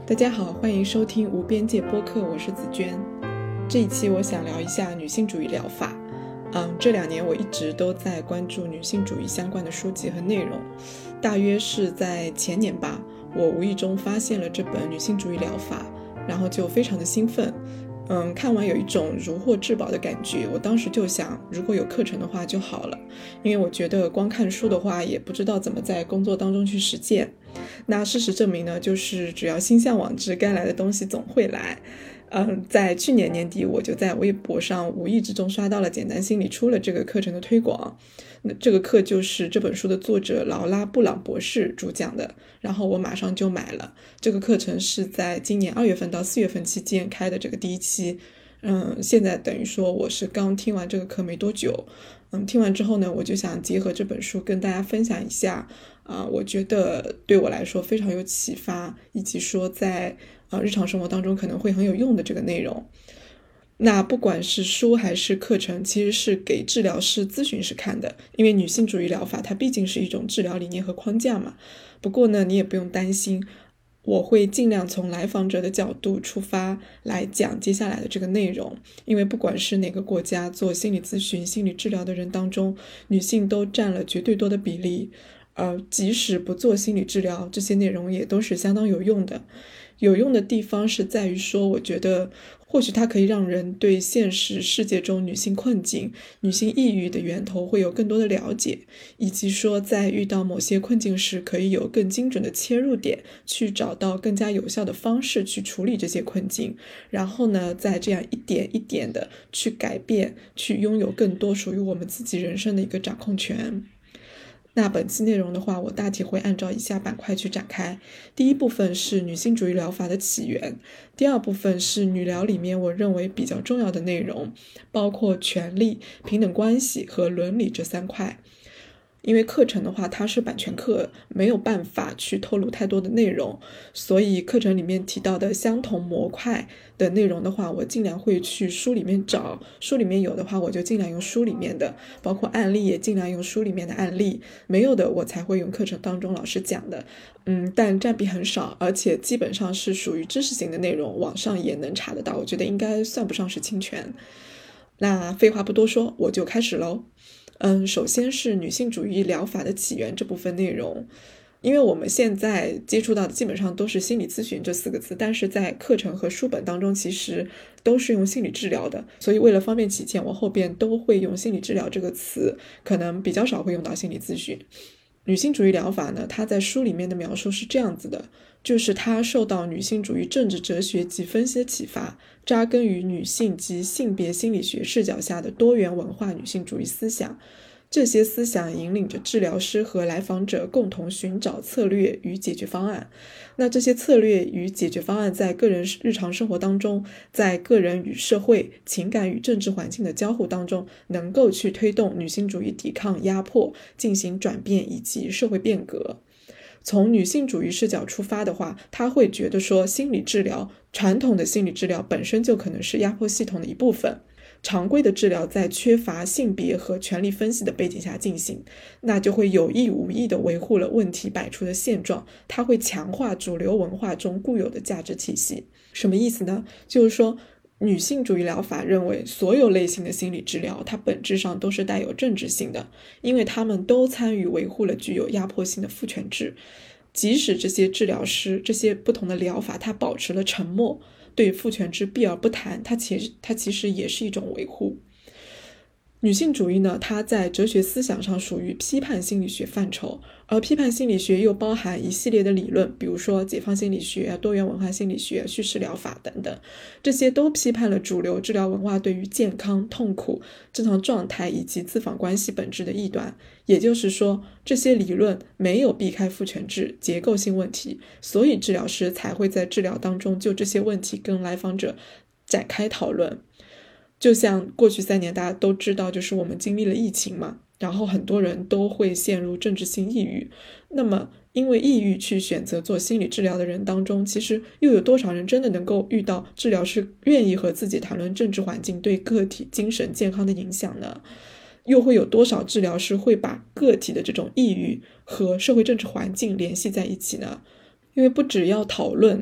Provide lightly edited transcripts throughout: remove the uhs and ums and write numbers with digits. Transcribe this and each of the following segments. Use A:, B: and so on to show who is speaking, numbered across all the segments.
A: 大家好，欢迎收听无边界播客，我是紫娟。这一期我想聊一下女性主义疗法。这2年我一直都在关注女性主义相关的书籍和内容。大约是在前年吧，我无意中发现了这本女性主义疗法，然后就非常的兴奋。看完有一种如获至宝的感觉。我当时就想，如果有课程的话就好了，因为我觉得光看书的话也不知道怎么在工作当中去实践。那事实证明呢，就是只要心向往之，该来的东西总会来。在去年年底，我就在微博上无意之中刷到了简单心理出了这个课程的推广。那这个课就是这本书的作者劳拉·布朗博士主讲的，然后我马上就买了。这个课程是在今年2月份到4月份期间开的这个第一期。现在等于说我是刚听完这个课没多久。听完之后呢，我就想结合这本书跟大家分享一下我觉得对我来说非常有启发，以及说在日常生活当中可能会很有用的这个内容。那不管是书还是课程，其实是给治疗师咨询师看的，因为女性主义疗法它毕竟是一种治疗理念和框架嘛。不过呢，你也不用担心，我会尽量从来访者的角度出发来讲接下来的这个内容。因为不管是哪个国家做心理咨询、心理治疗的人当中，女性都占了绝对多的比例。即使不做心理治疗，这些内容也都是相当有用的。有用的地方是在于说，我觉得或许它可以让人对现实世界中女性困境、女性抑郁的源头会有更多的了解，以及说在遇到某些困境时可以有更精准的切入点，去找到更加有效的方式去处理这些困境，然后呢，再这样一点一点的去改变，去拥有更多属于我们自己人生的一个掌控权。那本期内容的话，我大体会按照以下板块去展开。第一部分是女性主义疗法的起源，第二部分是女疗里面我认为比较重要的内容，包括权利、平等关系和伦理这3块。因为课程的话它是版权课，没有办法去透露太多的内容，所以课程里面提到的相同模块的内容的话，我尽量会去书里面找，书里面有的话我就尽量用书里面的，包括案例也尽量用书里面的案例，没有的我才会用课程当中老师讲的。但占比很少，而且基本上是属于知识型的内容，网上也能查得到，我觉得应该算不上是侵权。那废话不多说，我就开始咯。首先是女性主义疗法的起源这部分内容。因为我们现在接触到的基本上都是心理咨询这4个字，但是在课程和书本当中其实都是用心理治疗的，所以为了方便起见，我后边都会用心理治疗这个词，可能比较少会用到心理咨询。女性主义疗法呢，它在书里面的描述是这样子的，就是它受到女性主义政治哲学及分析的启发，扎根于女性及性别心理学视角下的多元文化女性主义思想。这些思想引领着治疗师和来访者共同寻找策略与解决方案。那这些策略与解决方案在个人日常生活当中，在个人与社会、情感与政治环境的交互当中，能够去推动女性主义抵抗压迫，进行转变以及社会变革。从女性主义视角出发的话，他会觉得说心理治疗，传统的心理治疗本身就可能是压迫系统的一部分。常规的治疗在缺乏性别和权力分析的背景下进行，那就会有意无意地维护了问题摆出的现状，它会强化主流文化中固有的价值体系。什么意思呢？就是说女性主义疗法认为所有类型的心理治疗它本质上都是带有政治性的，因为他们都参与维护了具有压迫性的父权制。即使这些治疗师，这些不同的疗法它保持了沉默，对父权制避而不谈，它其实也是一种维护。女性主义呢，它在哲学思想上属于批判心理学范畴，而批判心理学又包含一系列的理论，比如说解放心理学、多元文化心理学、叙事疗法等等，这些都批判了主流治疗文化对于健康、痛苦、正常状态以及自访关系本质的异端。也就是说，这些理论没有避开父权制结构性问题，所以治疗师才会在治疗当中就这些问题跟来访者展开讨论。就像过去3年大家都知道，就是我们经历了疫情嘛，然后很多人都会陷入政治性抑郁。那么因为抑郁去选择做心理治疗的人当中，其实又有多少人真的能够遇到治疗师愿意和自己谈论政治环境对个体精神健康的影响呢？又会有多少治疗师会把个体的这种抑郁和社会政治环境联系在一起呢？因为不只要讨论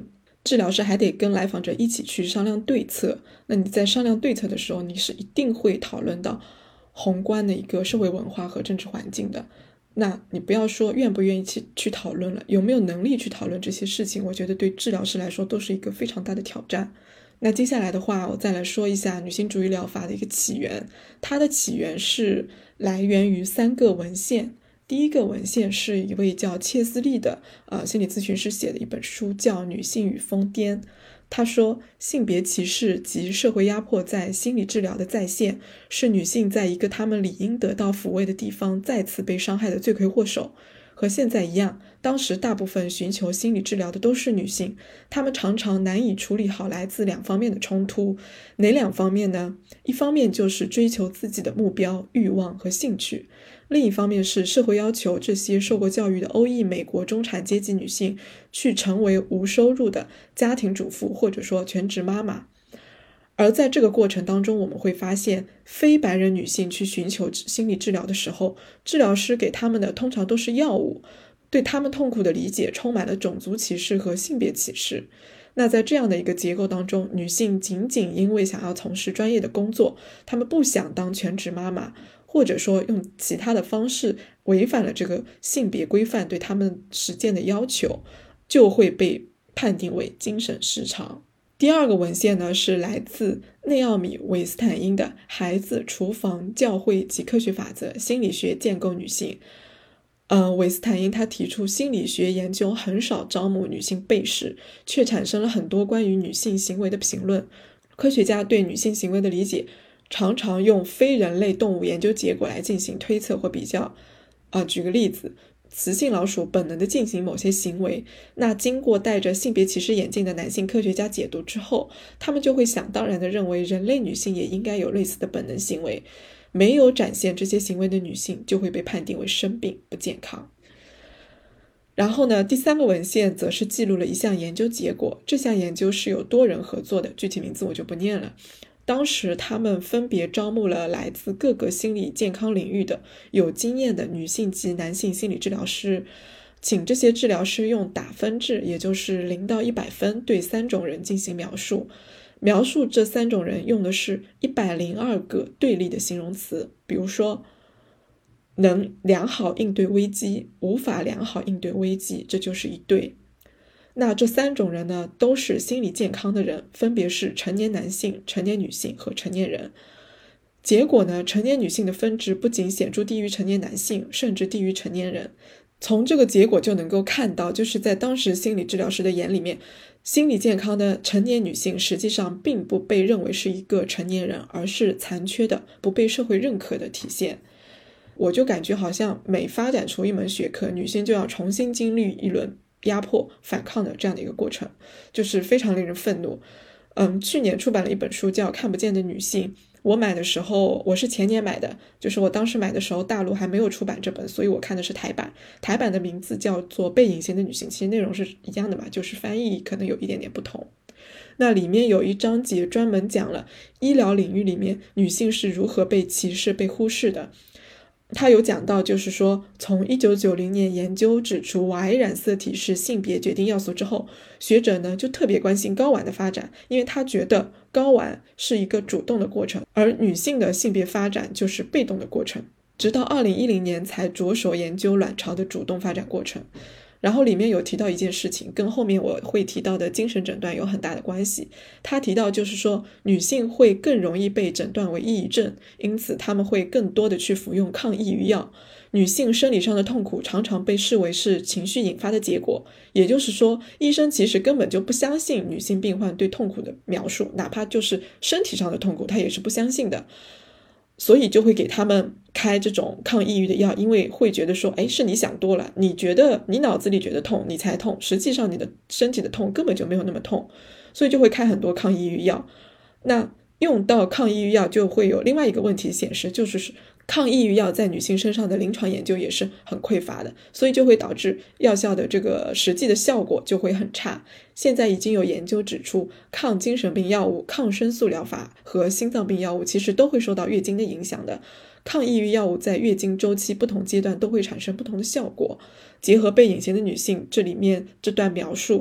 A: 治疗师还得跟来访者一起去商量对策。那你在商量对策的时候，你是一定会讨论到宏观的一个社会文化和政治环境的。那你不要说愿不愿意去讨论了，有没有能力去讨论这些事情，我觉得对治疗师来说都是一个非常大的挑战。那接下来的话，我再来说一下女性主义疗法的一个起源。它的起源是来源于3个文献。第一个文献是一位叫切斯利的心理咨询师写的一本书，叫《女性与疯癫》。他说，性别歧视及社会压迫在心理治疗的再现，是女性在一个她们理应得到抚慰的地方再次被伤害的罪魁祸首。和现在一样，当时大部分寻求心理治疗的都是女性，她们常常难以处理好来自2方面的冲突。哪2方面呢？一方面就是追求自己的目标、欲望和兴趣，另一方面是社会要求这些受过教育的欧裔美国中产阶级女性去成为无收入的家庭主妇或者说全职妈妈。而在这个过程当中，我们会发现非白人女性去寻求心理治疗的时候，治疗师给她们的通常都是药物，对她们痛苦的理解充满了种族歧视和性别歧视。那在这样的一个结构当中，女性仅仅因为想要从事专业的工作，她们不想当全职妈妈，或者说用其他的方式违反了这个性别规范对她们实践的要求，就会被判定为精神失常。第二个文献呢，是来自内奥米·韦斯坦因的《孩子、厨房、教会及科学法则：心理学建构女性》。韦斯坦因他提出，心理学研究很少招募女性被试，却产生了很多关于女性行为的评论。科学家对女性行为的理解常常用非人类动物研究结果来进行推测或比较。举个例子，雌性老鼠本能地进行某些行为，那经过戴着性别歧视眼镜的男性科学家解读之后，他们就会想当然地认为人类女性也应该有类似的本能行为，没有展现这些行为的女性就会被判定为生病不健康。然后呢，第3个文献则是记录了一项研究结果，这项研究是有多人合作的，具体名字我就不念了。当时他们分别招募了来自各个心理健康领域的有经验的女性及男性心理治疗师，请这些治疗师用打分制，也就是0到100分对3种人进行描述这3种人用的是102个对立的形容词，比如说能良好应对危机，无法良好应对危机，这就是一对。那这3种人呢，都是心理健康的人，分别是成年男性、成年女性和成年人。结果呢，成年女性的分值不仅显著低于成年男性，甚至低于成年人。从这个结果就能够看到，就是在当时心理治疗师的眼里面，心理健康的成年女性实际上并不被认为是一个成年人，而是残缺的、不被社会认可的体现。我就感觉好像每发展出一门学科，女性就要重新经历一轮压迫反抗的这样的一个过程，就是非常令人愤怒。去年出版了一本书叫《看不见的女性》，我买的时候，我是前年买的，就是我当时买的时候大陆还没有出版这本，所以我看的是台版的名字叫做《被隐形的女性》，其实内容是一样的嘛，就是翻译可能有一点点不同。那里面有一章节专门讲了医疗领域里面女性是如何被歧视、被忽视的。他有讲到，就是说从1990年研究指出 Y 染色体是性别决定要素之后，学者呢就特别关心睾丸的发展，因为他觉得睾丸是一个主动的过程，而女性的性别发展就是被动的过程，直到2010年才着手研究卵巢的主动发展过程。然后里面有提到一件事情，跟后面我会提到的精神诊断有很大的关系。他提到就是说，女性会更容易被诊断为抑郁症，因此她们会更多的去服用抗抑郁药。女性生理上的痛苦常常被视为是情绪引发的结果，也就是说，医生其实根本就不相信女性病患对痛苦的描述，哪怕就是身体上的痛苦，他也是不相信的。所以就会给他们开这种抗抑郁的药，因为会觉得说，是你想多了，你觉得你脑子里觉得痛你才痛，实际上你的身体的痛根本就没有那么痛，所以就会开很多抗抑郁药。那用到抗抑郁药就会有另外一个问题显示，就是抗抑郁药在女性身上的临床研究也是很匮乏的，所以就会导致药效的这个实际的效果就会很差。现在已经有研究指出，抗精神病药物、抗生素疗法和心脏病药物其实都会受到月经的影响的。抗抑郁药物在月经周期不同阶段都会产生不同的效果。结合被隐形的女性这里面这段描述，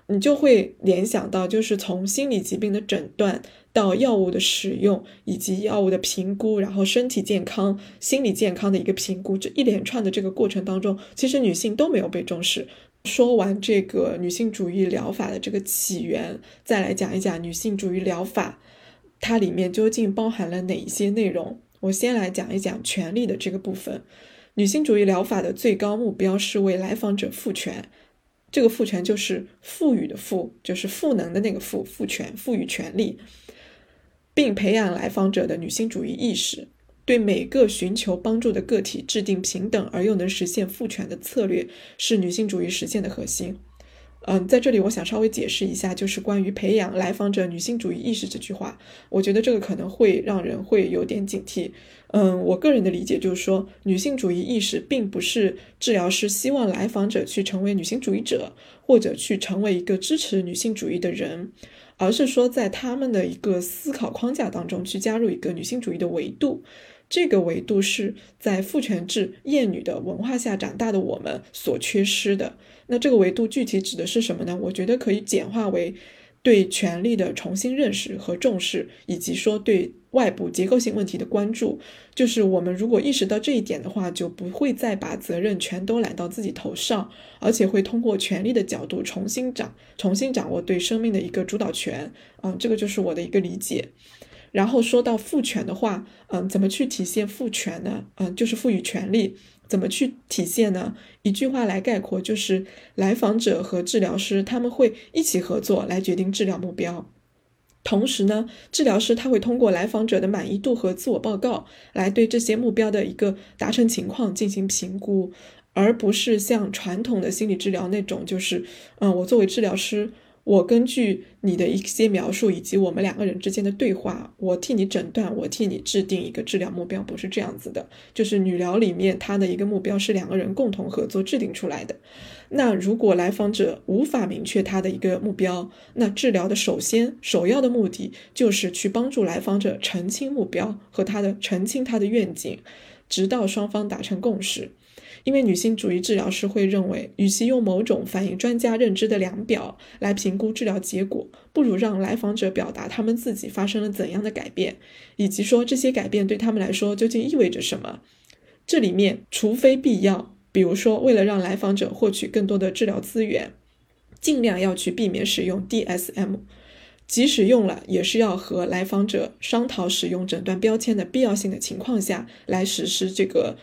A: 你就会联想到就是从心理疾病的诊断到药物的使用以及药物的评估，然后身体健康心理健康的一个评估，这一连串的这个过程当中，其实女性都没有被重视。说完这个女性主义疗法的这个起源，再来讲一讲女性主义疗法它里面究竟包含了哪一些内容。我先来讲一讲权利的这个部分。女性主义疗法的最高目标是为来访者赋权，这个赋权就是赋予的赋，就是赋能的那个赋，赋权，赋予权利，并培养来访者的女性主义意识，对每个寻求帮助的个体制定平等而又能实现赋权的策略，是女性主义实现的核心。在这里我想稍微解释一下，就是关于培养来访者女性主义意识这句话，我觉得这个可能会让人会有点警惕。我个人的理解就是说，女性主义意识并不是治疗师希望来访者去成为女性主义者，或者去成为一个支持女性主义的人，而是说在他们的一个思考框架当中去加入一个女性主义的维度。这个维度是在父权制厌女的文化下长大的我们所缺失的。那这个维度具体指的是什么呢？我觉得可以简化为对权力的重新认识和重视，以及说对外部结构性问题的关注。就是我们如果意识到这一点的话，就不会再把责任全都揽到自己头上，而且会通过权力的角度重新掌握对生命的一个主导权。这个就是我的一个理解。然后说到赋权的话，怎么去体现赋权呢？就是赋予权利。怎么去体现呢？一句话来概括，就是来访者和治疗师他们会一起合作来决定治疗目标。同时呢，治疗师他会通过来访者的满意度和自我报告来对这些目标的一个达成情况进行评估，而不是像传统的心理治疗那种，就是我作为治疗师，我根据你的一些描述以及我们两个人之间的对话，我替你诊断，我替你制定一个治疗目标，不是这样子的。就是女疗里面它的一个目标是两个人共同合作制定出来的。那如果来访者无法明确他的一个目标，那治疗的首要的目的就是去帮助来访者澄清目标和澄清他的愿景，直到双方达成共识。因为女性主义治疗师会认为，与其用某种反映专家认知的量表来评估治疗结果，不如让来访者表达他们自己发生了怎样的改变，以及说这些改变对他们来说究竟意味着什么。这里面除非必要，比如说为了让来访者获取更多的治疗资源，尽量要去避免使用 DSM， 即使用了也是要和来访者商讨使用诊断标签的必要性的情况下来实施这个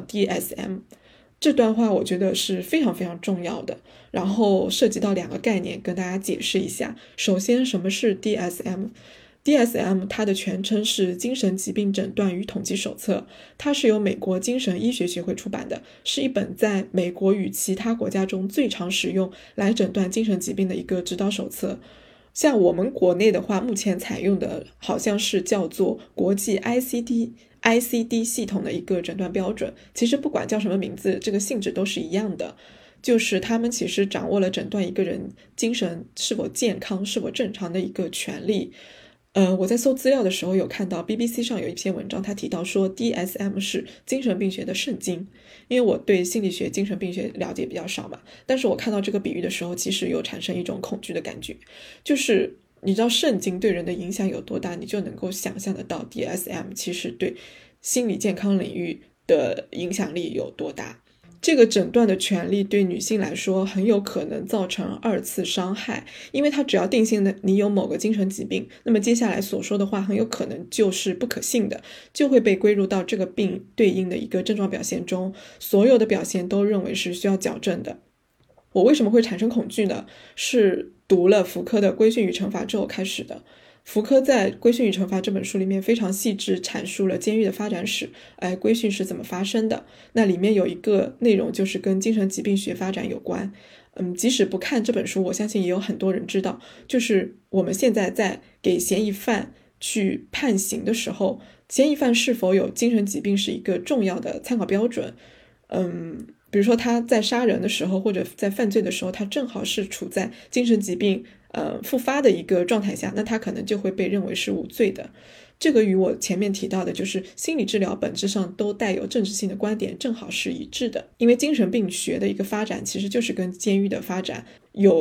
A: DSM。这段话我觉得是非常非常重要的，然后涉及到两个概念跟大家解释一下。首先，什么是 DSM？DSM 它的全称是精神疾病诊断与统计手册，它是由美国精神医学协会出版的，是一本在美国与其他国家中最常使用来诊断精神疾病的一个指导手册。像我们国内的话，目前采用的好像是叫做国际 ICD 系统的一个诊断标准。其实不管叫什么名字，这个性质都是一样的，就是他们其实掌握了诊断一个人精神是否健康是否正常的一个权利。我在搜资料的时候有看到 BBC 上有一篇文章，他提到说 DSM 是精神病学的圣经。因为我对心理学精神病学了解比较少嘛，但是我看到这个比喻的时候，其实有产生一种恐惧的感觉，就是你知道圣经对人的影响有多大，你就能够想象得到 DSM 其实对心理健康领域的影响力有多大。这个诊断的权利对女性来说很有可能造成二次伤害，因为它只要定性的你有某个精神疾病，那么接下来所说的话很有可能就是不可信的，就会被归入到这个病对应的一个症状表现中，所有的表现都认为是需要矫正的。我为什么会产生恐惧呢？是读了福柯的《规训与惩罚》之后开始的。福柯在《规训与惩罚》这本书里面非常细致阐述了监狱的发展史，规训是怎么发生的。那里面有一个内容就是跟精神疾病学发展有关。即使不看这本书，我相信也有很多人知道，就是我们现在在给嫌疑犯去判刑的时候，嫌疑犯是否有精神疾病是一个重要的参考标准。比如说他在杀人的时候或者在犯罪的时候，他正好是处在精神疾病复发的一个状态下，那他可能就会被认为是无罪的。这个与我前面提到的就是心理治疗本质上都带有政治性的观点正好是一致的，因为精神病学的一个发展其实就是跟监狱的发展有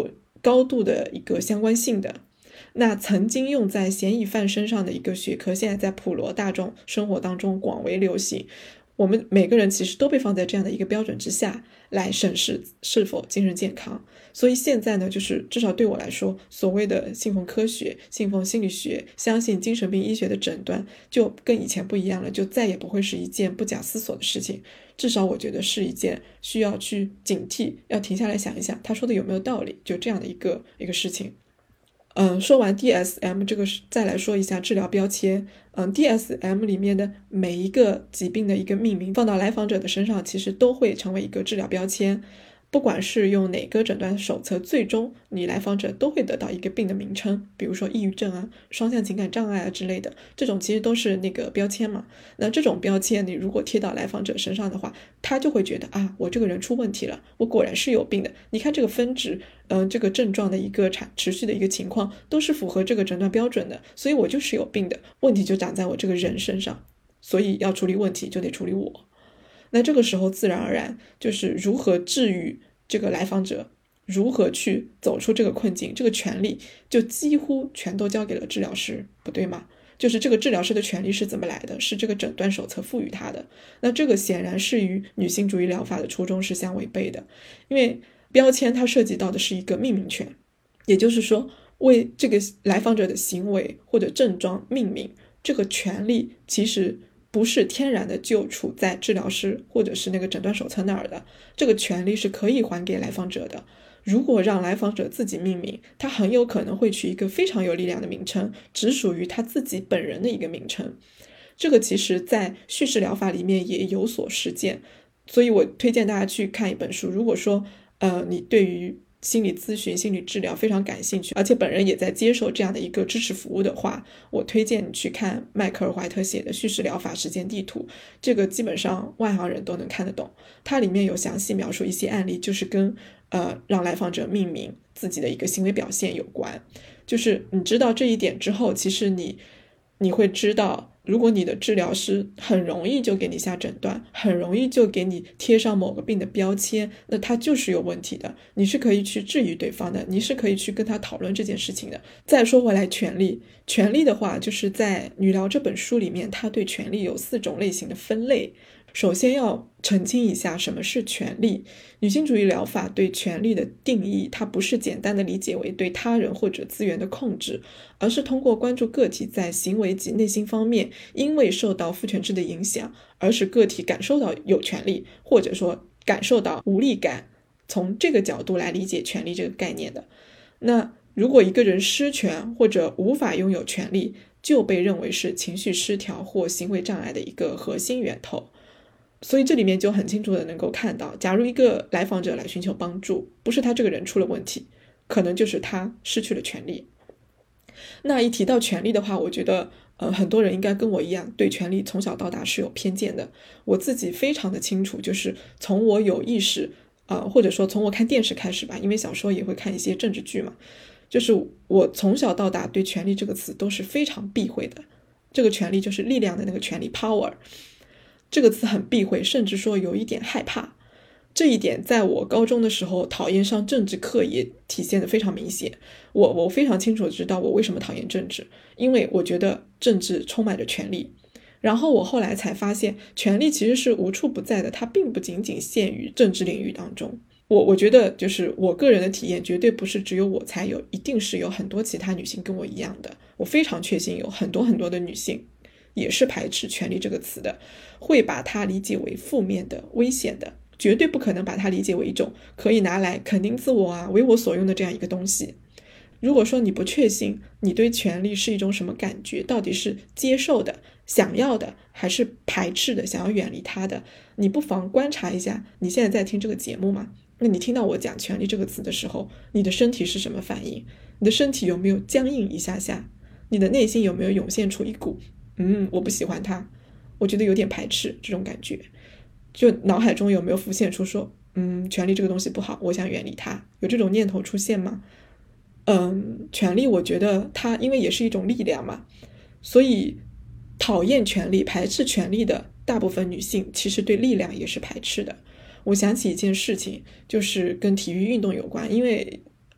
A: 高度的一个相关性的。那曾经用在嫌疑犯身上的一个学科，现在在普罗大众生活当中广为流行，我们每个人其实都被放在这样的一个标准之下来审视是否精神健康。所以现在呢，就是至少对我来说，所谓的信奉科学、信奉心理学、相信精神病医学的诊断，就跟以前不一样了，就再也不会是一件不假思索的事情。至少我觉得是一件需要去警惕，要停下来想一想他说的有没有道理，就这样的一个事情。说完 DSM 这个，再来说一下治疗标签。DSM 里面的每一个疾病的一个命名放到来访者的身上，其实都会成为一个治疗标签。不管是用哪个诊断手册，最终你来访者都会得到一个病的名称，比如说抑郁症啊、双向情感障碍啊之类的，这种其实都是那个标签嘛。那这种标签你如果贴到来访者身上的话，他就会觉得啊，我这个人出问题了，我果然是有病的。你看这个分值，这个症状的一个持续的一个情况都是符合这个诊断标准的，所以我就是有病的，问题就长在我这个人身上，所以要处理问题就得处理我。那这个时候自然而然就是如何治愈这个来访者，如何去走出这个困境，这个权利就几乎全都交给了治疗师，不对吗？就是这个治疗师的权利是怎么来的？是这个诊断手册赋予他的。那这个显然是与女性主义疗法的初衷是相违背的，因为标签它涉及到的是一个命名权，也就是说为这个来访者的行为或者症状命名，这个权利其实不是天然的就处在治疗师或者是那个诊断手册那儿的，这个权利是可以还给来访者的。如果让来访者自己命名，他很有可能会取一个非常有力量的名称，只属于他自己本人的一个名称。这个其实在叙事疗法里面也有所实践，所以我推荐大家去看一本书。如果说你对于心理咨询、心理治疗非常感兴趣，而且本人也在接受这样的一个支持服务的话，我推荐你去看迈克尔·怀特写的《叙事疗法实践地图》，这个基本上外行人都能看得懂。它里面有详细描述一些案例，就是跟让来访者命名自己的一个行为表现有关。就是你知道这一点之后，其实你会知道，如果你的治疗师很容易就给你下诊断，很容易就给你贴上某个病的标签，那他就是有问题的。你是可以去质疑对方的，你是可以去跟他讨论这件事情的。再说回来，权利的话，就是在《女疗》这本书里面，它对权利有4种类型的分类。首先要澄清一下什么是权利。女性主义疗法对权利的定义，它不是简单的理解为对他人或者资源的控制，而是通过关注个体在行为及内心方面因为受到父权制的影响，而使个体感受到有权利，或者说感受到无力感，从这个角度来理解权利这个概念的。那如果一个人失权或者无法拥有权利，就被认为是情绪失调或行为障碍的一个核心源头。所以这里面就很清楚的能够看到，假如一个来访者来寻求帮助，不是他这个人出了问题，可能就是他失去了权利。那一提到权利的话，我觉得很多人应该跟我一样，对权利从小到大是有偏见的。我自己非常的清楚，就是从我有意识或者说从我看电视开始吧，因为小时候也会看一些政治剧嘛，就是我从小到大对权利这个词都是非常避讳的。这个权利就是力量的那个权利 power，这个词很避讳，甚至说有一点害怕。这一点在我高中的时候讨厌上政治课也体现得非常明显。我非常清楚知道我为什么讨厌政治，因为我觉得政治充满着权力。然后我后来才发现，权力其实是无处不在的，它并不仅仅限于政治领域当中。我觉得就是我个人的体验绝对不是只有我才有，一定是有很多其他女性跟我一样的。我非常确信有很多很多的女性也是排斥权利这个词的，会把它理解为负面的、危险的，绝对不可能把它理解为一种可以拿来肯定自我啊、为我所用的这样一个东西。如果说你不确信你对权利是一种什么感觉，到底是接受的、想要的，还是排斥的、想要远离它的，你不妨观察一下你现在在听这个节目嘛？那你听到我讲权利这个词的时候，你的身体是什么反应？你的身体有没有僵硬一下下？你的内心有没有涌现出一股我不喜欢它，我觉得有点排斥这种感觉？就脑海中有没有浮现出说权利这个东西不好，我想远离它，有这种念头出现吗？权利我觉得它因为也是一种力量嘛，所以讨厌权利、排斥权利的大部分女性其实对力量也是排斥的。我想起一件事情，就是跟体育运动有关，因为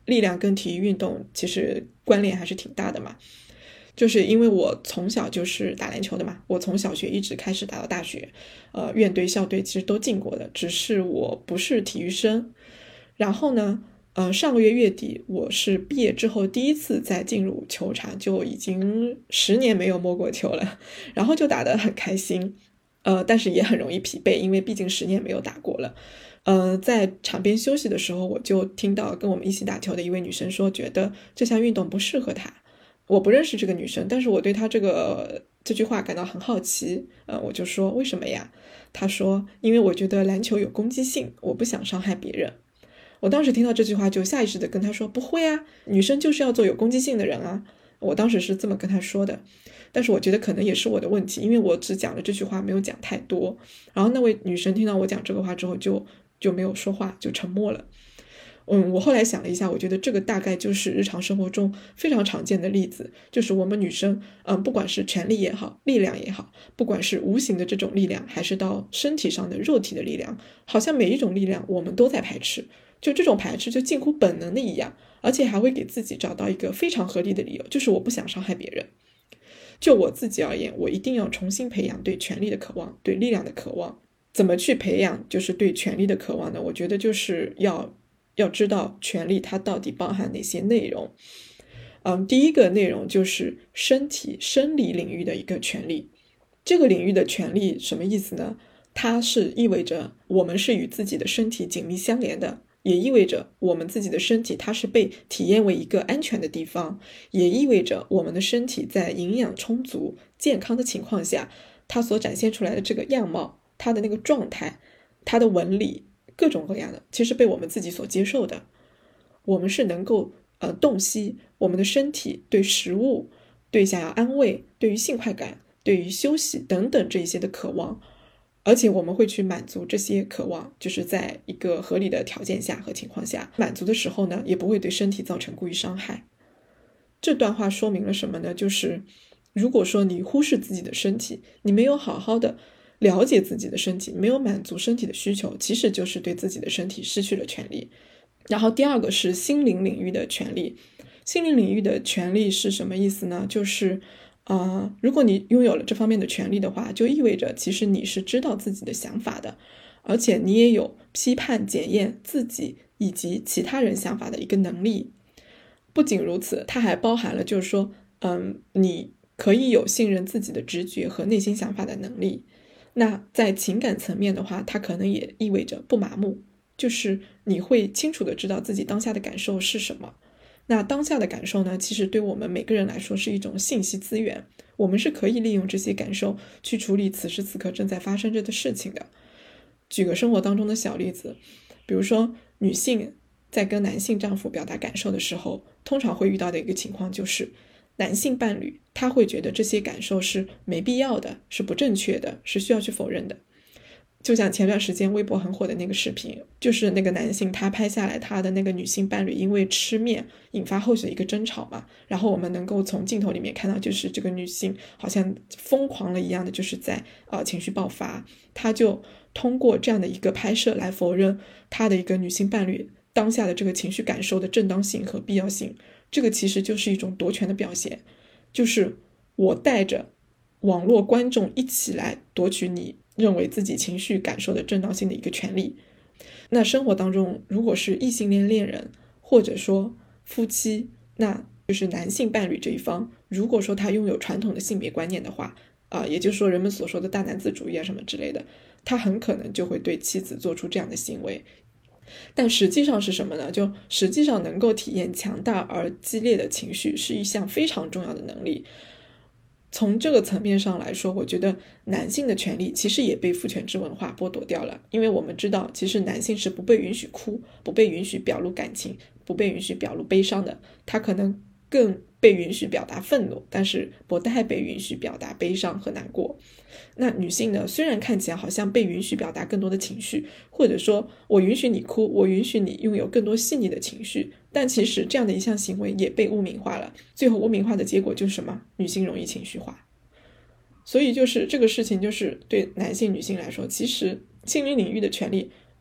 A: 力量跟体育运动其实关联还是挺大的嘛。就是因为我从小就是打篮球的嘛，我从小学一直开始打到大学，院队校队其实都进过的，只是我不是体育生。然后呢上个月月底我是毕业之后第一次再进入球场，就已经10年没有摸过球了，然后就打得很开心，但是也很容易疲惫，因为毕竟10年没有打过了。在场边休息的时候，我就听到跟我们一起打球的一位女生说，觉得这项运动不适合她。我不认识这个女生，但是我对她这句话感到很好奇。我就说为什么呀？她说因为我觉得篮球有攻击性，我不想伤害别人。我当时听到这句话就下意识的跟她说，不会啊，女生就是要做有攻击性的人啊。我当时是这么跟她说的，但是我觉得可能也是我的问题，因为我只讲了这句话，没有讲太多。然后那位女生听到我讲这个话之后就没有说话，就沉默了。我后来想了一下，我觉得这个大概就是日常生活中非常常见的例子，就是我们女生，不管是权力也好，力量也好，不管是无形的这种力量，还是到身体上的肉体的力量，好像每一种力量我们都在排斥，就这种排斥就近乎本能的一样，而且还会给自己找到一个非常合理的理由，就是我不想伤害别人。就我自己而言，我一定要重新培养对权力的渴望，对力量的渴望。怎么去培养就是对权力的渴望呢？我觉得就是要知道权力它到底包含哪些内容。第一个内容就是身体生理领域的一个权利。这个领域的权利什么意思呢？它是意味着我们是与自己的身体紧密相连的，也意味着我们自己的身体它是被体验为一个安全的地方，也意味着我们的身体在营养充足健康的情况下，它所展现出来的这个样貌，它的那个状态，它的纹理，各种各样的，其实被我们自己所接受的。我们是能够洞悉我们的身体对食物，对想要安慰，对于性快感，对于休息等等这一些的渴望，而且我们会去满足这些渴望，就是在一个合理的条件下和情况下满足的时候呢，也不会对身体造成故意伤害。这段话说明了什么呢？就是如果说你忽视自己的身体，你没有好好的了解自己的身体，没有满足身体的需求，其实就是对自己的身体失去了权利。然后第二个是心灵领域的权利。心灵领域的权利是什么意思呢？就是如果你拥有了这方面的权利的话，就意味着其实你是知道自己的想法的，而且你也有批判检验自己以及其他人想法的一个能力。不仅如此，它还包含了就是说你可以有信任自己的直觉和内心想法的能力。那在情感层面的话，它可能也意味着不麻木，就是你会清楚的知道自己当下的感受是什么。那当下的感受呢，其实对我们每个人来说是一种信息资源，我们是可以利用这些感受去处理此时此刻正在发生着的事情的。举个生活当中的小例子，比如说女性在跟男性丈夫表达感受的时候，通常会遇到的一个情况就是男性伴侣他会觉得这些感受是没必要的，是不正确的，是需要去否认的。就像前段时间微博很火的那个视频，就是那个男性他拍下来他的那个女性伴侣因为吃面引发后续的一个争吵嘛，然后我们能够从镜头里面看到，就是这个女性好像疯狂了一样的，就是在情绪爆发，她就通过这样的一个拍摄来否认她的一个女性伴侣当下的这个情绪感受的正当性和必要性。这个其实就是一种夺权的表现，就是我带着网络观众一起来夺取你认为自己情绪感受的正当性的一个权利。那生活当中如果是异性恋恋人或者说夫妻，那就是男性伴侣这一方，如果说他拥有传统的性别观念的话，也就是说人们所说的大男子主义什么之类的，他很可能就会对妻子做出这样的行为。但实际上是什么呢？就实际上能够体验强大而激烈的情绪是一项非常重要的能力。从这个层面上来说，我觉得男性的权利其实也被父权制文化剥夺掉了，因为我们知道其实男性是不被允许哭，不被允许表露感情，不被允许表露悲伤的，他可能更被允许表达愤怒，但是不太被允许表达悲伤和难过。那女性呢，虽然看起来好像被允许表达更多的情绪，或者说我允许你哭，我允许你拥有更多细腻的情绪，但其实这样的一项行为也被污名化了，最后污名化的结果就是什么？女性容易情绪化。所以就是这个事情，就是对男性女性来说，其实心理领域的权利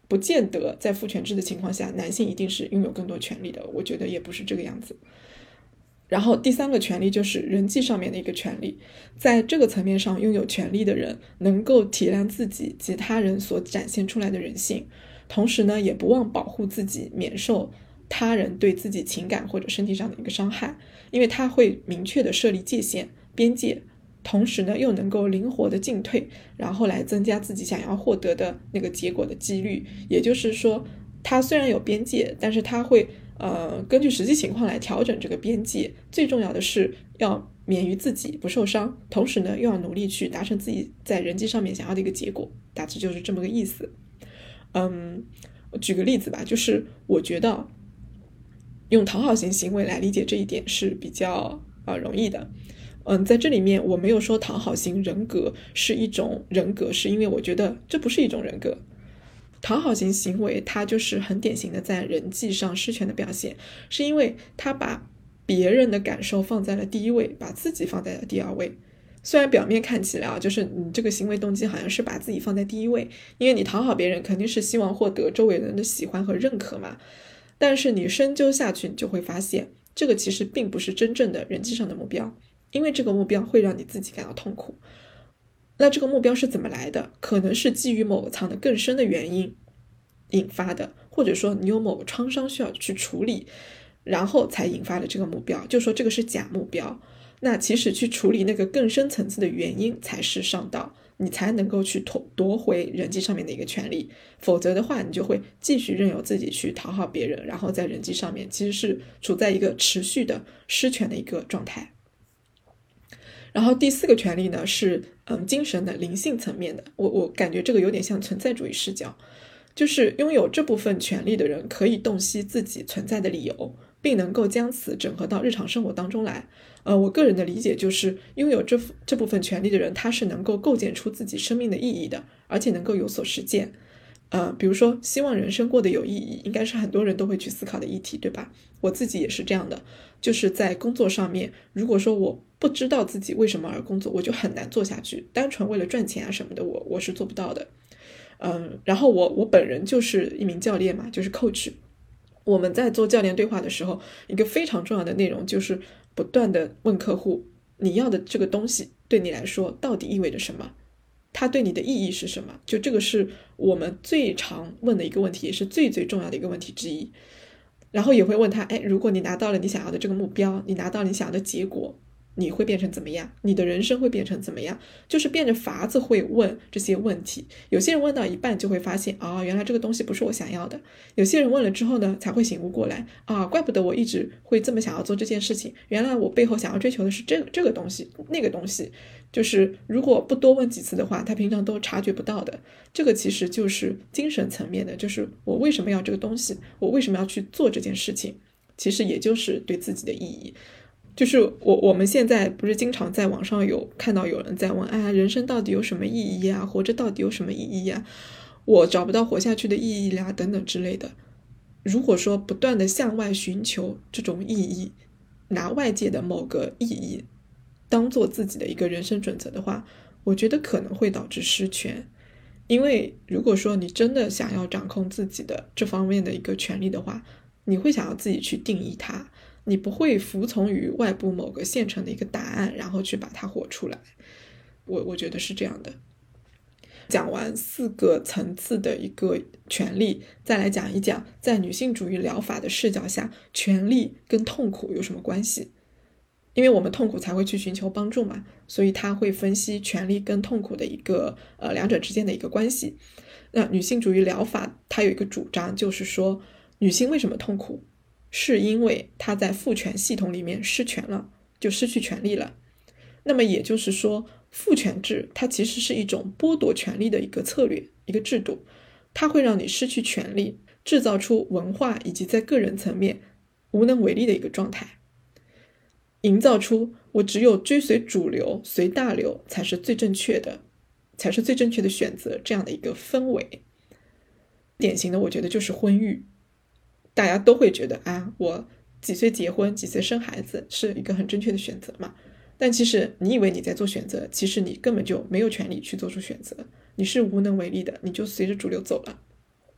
A: 不见得在父权制的情况下男性一定是拥有更多权利的，我觉得也不是这个样子。然后第三个权利就是人际上面的一个权利，在这个层面上拥有权利的人能够体谅自己及他人所展现出来的人性，同时呢也不忘保护自己免受他人对自己情感或者身体上的一个伤害，因为他会明确的设立界限边界，同时呢又能够灵活的进退，然后来增加自己想要获得的那个结果的几率。也就是说他虽然有边界，但是他会根据实际情况来调整这个边界，最重要的是要免于自己不受伤，同时呢又要努力去达成自己在人际上面想要的一个结果，大致就是这么个意思。举个例子吧，就是我觉得用讨好型行为来理解这一点是比较容易的。在这里面我没有说讨好型人格是一种人格，是因为我觉得这不是一种人格。讨好型行为它就是很典型的在人际上失权的表现，是因为他把别人的感受放在了第一位，把自己放在了第二位。虽然表面看起来就是你这个行为动机好像是把自己放在第一位，因为你讨好别人肯定是希望获得周围人的喜欢和认可嘛，但是你深究下去，你就会发现这个其实并不是真正的人际上的目标，因为这个目标会让你自己感到痛苦。那这个目标是怎么来的？可能是基于某个藏得更深的原因引发的，或者说你有某个创伤需要去处理，然后才引发了这个目标，就说这个是假目标。那其实去处理那个更深层次的原因才是上道，你才能够去夺回人际上面的一个权利，否则的话你就会继续任由自己去讨好别人，然后在人际上面其实是处在一个持续的失权的一个状态。然后第四个权利呢是精神的灵性层面的，我感觉这个有点像存在主义视角，就是拥有这部分权利的人可以洞悉自己存在的理由，并能够将此整合到日常生活当中来。我个人的理解就是拥有这部分权利的人，他是能够构建出自己生命的意义的，而且能够有所实践。比如说希望人生过得有意义，应该是很多人都会去思考的议题，对吧？我自己也是这样的，就是在工作上面，如果说我不知道自己为什么而工作，我就很难做下去，单纯为了赚钱啊什么的，我是做不到的。然后我本人就是一名教练嘛，就是 coach。我们在做教练对话的时候，一个非常重要的内容就是不断的问客户，你要的这个东西对你来说到底意味着什么？它对你的意义是什么？就这个是我们最常问的一个问题，也是最重要的一个问题之一。然后也会问他，如果你拿到了你想要的这个目标，你拿到了你想要的结果，你会变成怎么样？你的人生会变成怎么样？就是变着法子会问这些问题。有些人问到一半就会发现原来这个东西不是我想要的。有些人问了之后呢，才会醒悟过来怪不得我一直会这么想要做这件事情，原来我背后想要追求的是这个东西那个东西，就是如果不多问几次的话，他平常都察觉不到的。这个其实就是精神层面的，就是我为什么要这个东西，我为什么要去做这件事情，其实也就是对自己的意义。就是我们现在不是经常在网上有看到有人在问人生到底有什么意义啊，活着到底有什么意义啊，我找不到活下去的意义啦等等之类的。如果说不断的向外寻求这种意义，拿外界的某个意义当做自己的一个人生准则的话，我觉得可能会导致失权。因为如果说你真的想要掌控自己的这方面的一个权利的话，你会想要自己去定义它，你不会服从于外部某个现成的一个答案，然后去把它活出来。我觉得是这样的。讲完4个层次的一个权利，再来讲一讲在女性主义疗法的视角下，权利跟痛苦有什么关系。因为我们痛苦才会去寻求帮助嘛，所以他会分析权利跟痛苦的一个两者之间的一个关系。那女性主义疗法它有一个主张，就是说女性为什么痛苦，是因为她在父权系统里面失权了，就失去权利了。那么也就是说，父权制它其实是一种剥夺权利的一个策略，一个制度，它会让你失去权利，制造出文化以及在个人层面无能为力的一个状态，营造出我只有追随主流随大流才是最正确的选择这样的一个氛围。典型的我觉得就是婚育，大家都会觉得我几岁结婚几岁生孩子是一个很正确的选择嘛，但其实你以为你在做选择，其实你根本就没有权利去做出选择，你是无能为力的，你就随着主流走了。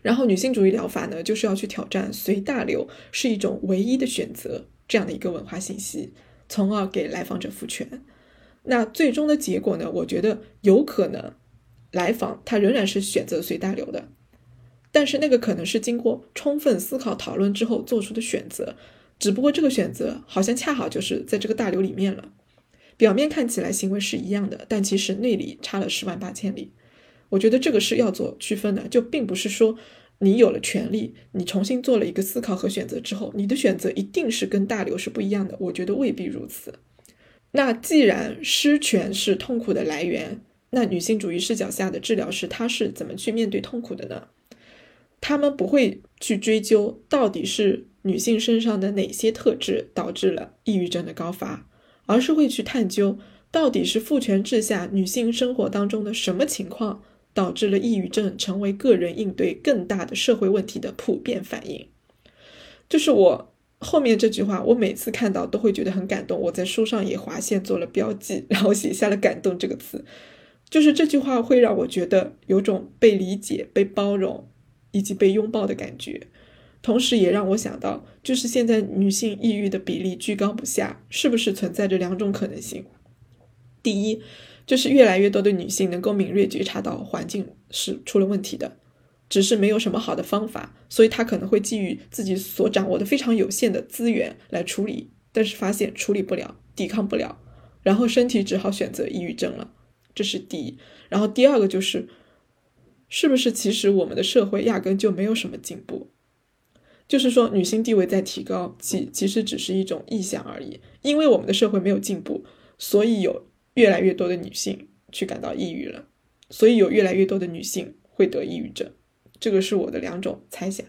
A: 然后女性主义疗法呢，就是要去挑战随大流是一种唯一的选择这样的一个文化信息，从而给来访者赋权。那最终的结果呢，我觉得有可能来访他仍然是选择随大流的，但是那个可能是经过充分思考讨论之后做出的选择，只不过这个选择好像恰好就是在这个大流里面了。表面看起来行为是一样的，但其实内里差了10万8千里。我觉得这个是要做区分的，就并不是说你有了权利，你重新做了一个思考和选择之后，你的选择一定是跟大流是不一样的，我觉得未必如此。那既然失权是痛苦的来源，那女性主义视角下的治疗师他是怎么去面对痛苦的呢？他们不会去追究到底是女性身上的哪些特质导致了抑郁症的高发，而是会去探究到底是父权制下女性生活当中的什么情况导致了抑郁症成为个人应对更大的社会问题的普遍反应。就是我后面这句话，我每次看到都会觉得很感动，我在书上也划线做了标记，然后写下了感动这个词。就是这句话会让我觉得有种被理解、被包容以及被拥抱的感觉，同时也让我想到，就是现在女性抑郁的比例居高不下，是不是存在着2种可能性？第一，就是越来越多的女性能够敏锐觉察到环境是出了问题的，只是没有什么好的方法，所以她可能会基于自己所掌握的非常有限的资源来处理，但是发现处理不了，抵抗不了，然后身体只好选择抑郁症了。这是第一。然后第二个就是，是不是其实我们的社会压根就没有什么进步？就是说女性地位在提高，其实只是一种意向而已。因为我们的社会没有进步，所以有越来越多的女性去感到抑郁了，所以有越来越多的女性会得抑郁症。这个是我的2种猜想。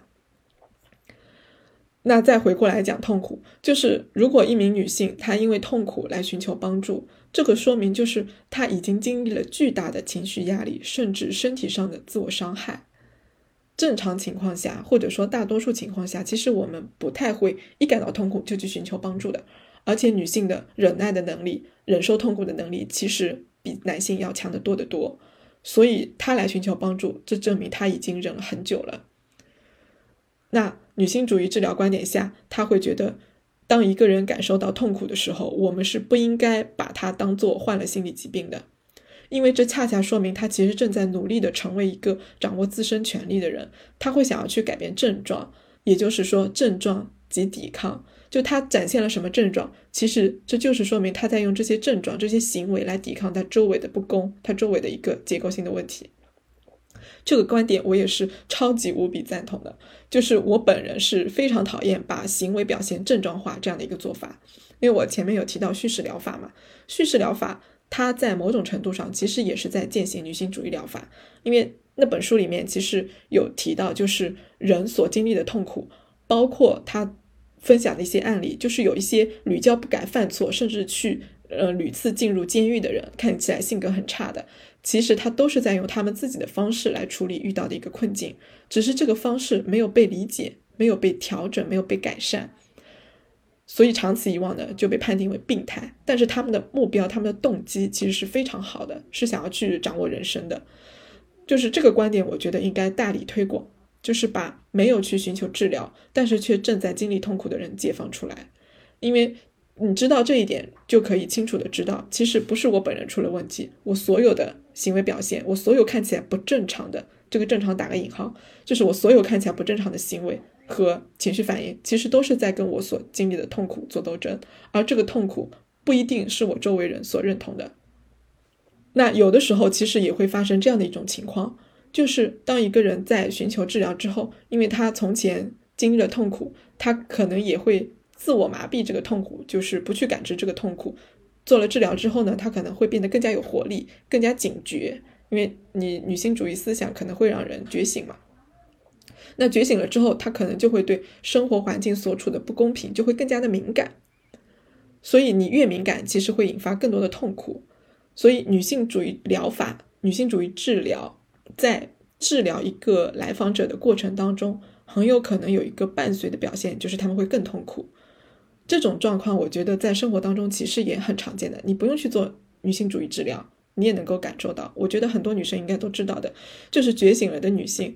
A: 那再回过来讲痛苦，就是如果一名女性她因为痛苦来寻求帮助，这个说明就是她已经经历了巨大的情绪压力，甚至身体上的自我伤害。正常情况下，或者说大多数情况下，其实我们不太会一感到痛苦就去寻求帮助的，而且女性的忍耐的能力、忍受痛苦的能力其实比男性要强得多得多，所以她来寻求帮助，这证明她已经忍了很久了。那女性主义治疗观点下，她会觉得当一个人感受到痛苦的时候，我们是不应该把它当作患了心理疾病的，因为这恰恰说明他其实正在努力地成为一个掌握自身权利的人，他会想要去改变症状，也就是说症状及抵抗，就他展现了什么症状，其实这就是说明他在用这些症状、这些行为来抵抗他周围的不公，他周围的一个结构性的问题。这个观点我也是超级无比赞同的，就是我本人是非常讨厌把行为表现症状化这样的一个做法。因为我前面有提到叙事疗法嘛，叙事疗法它在某种程度上其实也是在践行女性主义疗法，因为那本书里面其实有提到，就是人所经历的痛苦，包括他分享的一些案例，就是有一些屡教不改犯错，甚至去屡次进入监狱的人，看起来性格很差的，其实他都是在用他们自己的方式来处理遇到的一个困境，只是这个方式没有被理解，没有被调整，没有被改善，所以长此以往呢就被判定为病态。但是他们的目标，他们的动机其实是非常好的，是想要去掌握人生的。就是这个观点我觉得应该大力推广，就是把没有去寻求治疗但是却正在经历痛苦的人解放出来。因为你知道这一点，就可以清楚的知道，其实不是我本人出了问题，我所有的行为表现，我所有看起来不正常的，这个正常打个引号，就是我所有看起来不正常的行为和情绪反应，其实都是在跟我所经历的痛苦做斗争，而这个痛苦不一定是我周围人所认同的。那有的时候其实也会发生这样的一种情况，就是当一个人在寻求治疗之后，因为他从前经历了痛苦，他可能也会自我麻痹这个痛苦，就是不去感知这个痛苦。做了治疗之后呢，他可能会变得更加有活力，更加警觉，因为你女性主义思想可能会让人觉醒嘛。那觉醒了之后，他可能就会对生活环境所处的不公平就会更加的敏感，所以你越敏感，其实会引发更多的痛苦。所以女性主义疗法、女性主义治疗在治疗一个来访者的过程当中，很有可能有一个伴随的表现，就是他们会更痛苦。这种状况我觉得在生活当中其实也很常见的，你不用去做女性主义治疗，你也能够感受到。我觉得很多女生应该都知道的，就是觉醒了的女性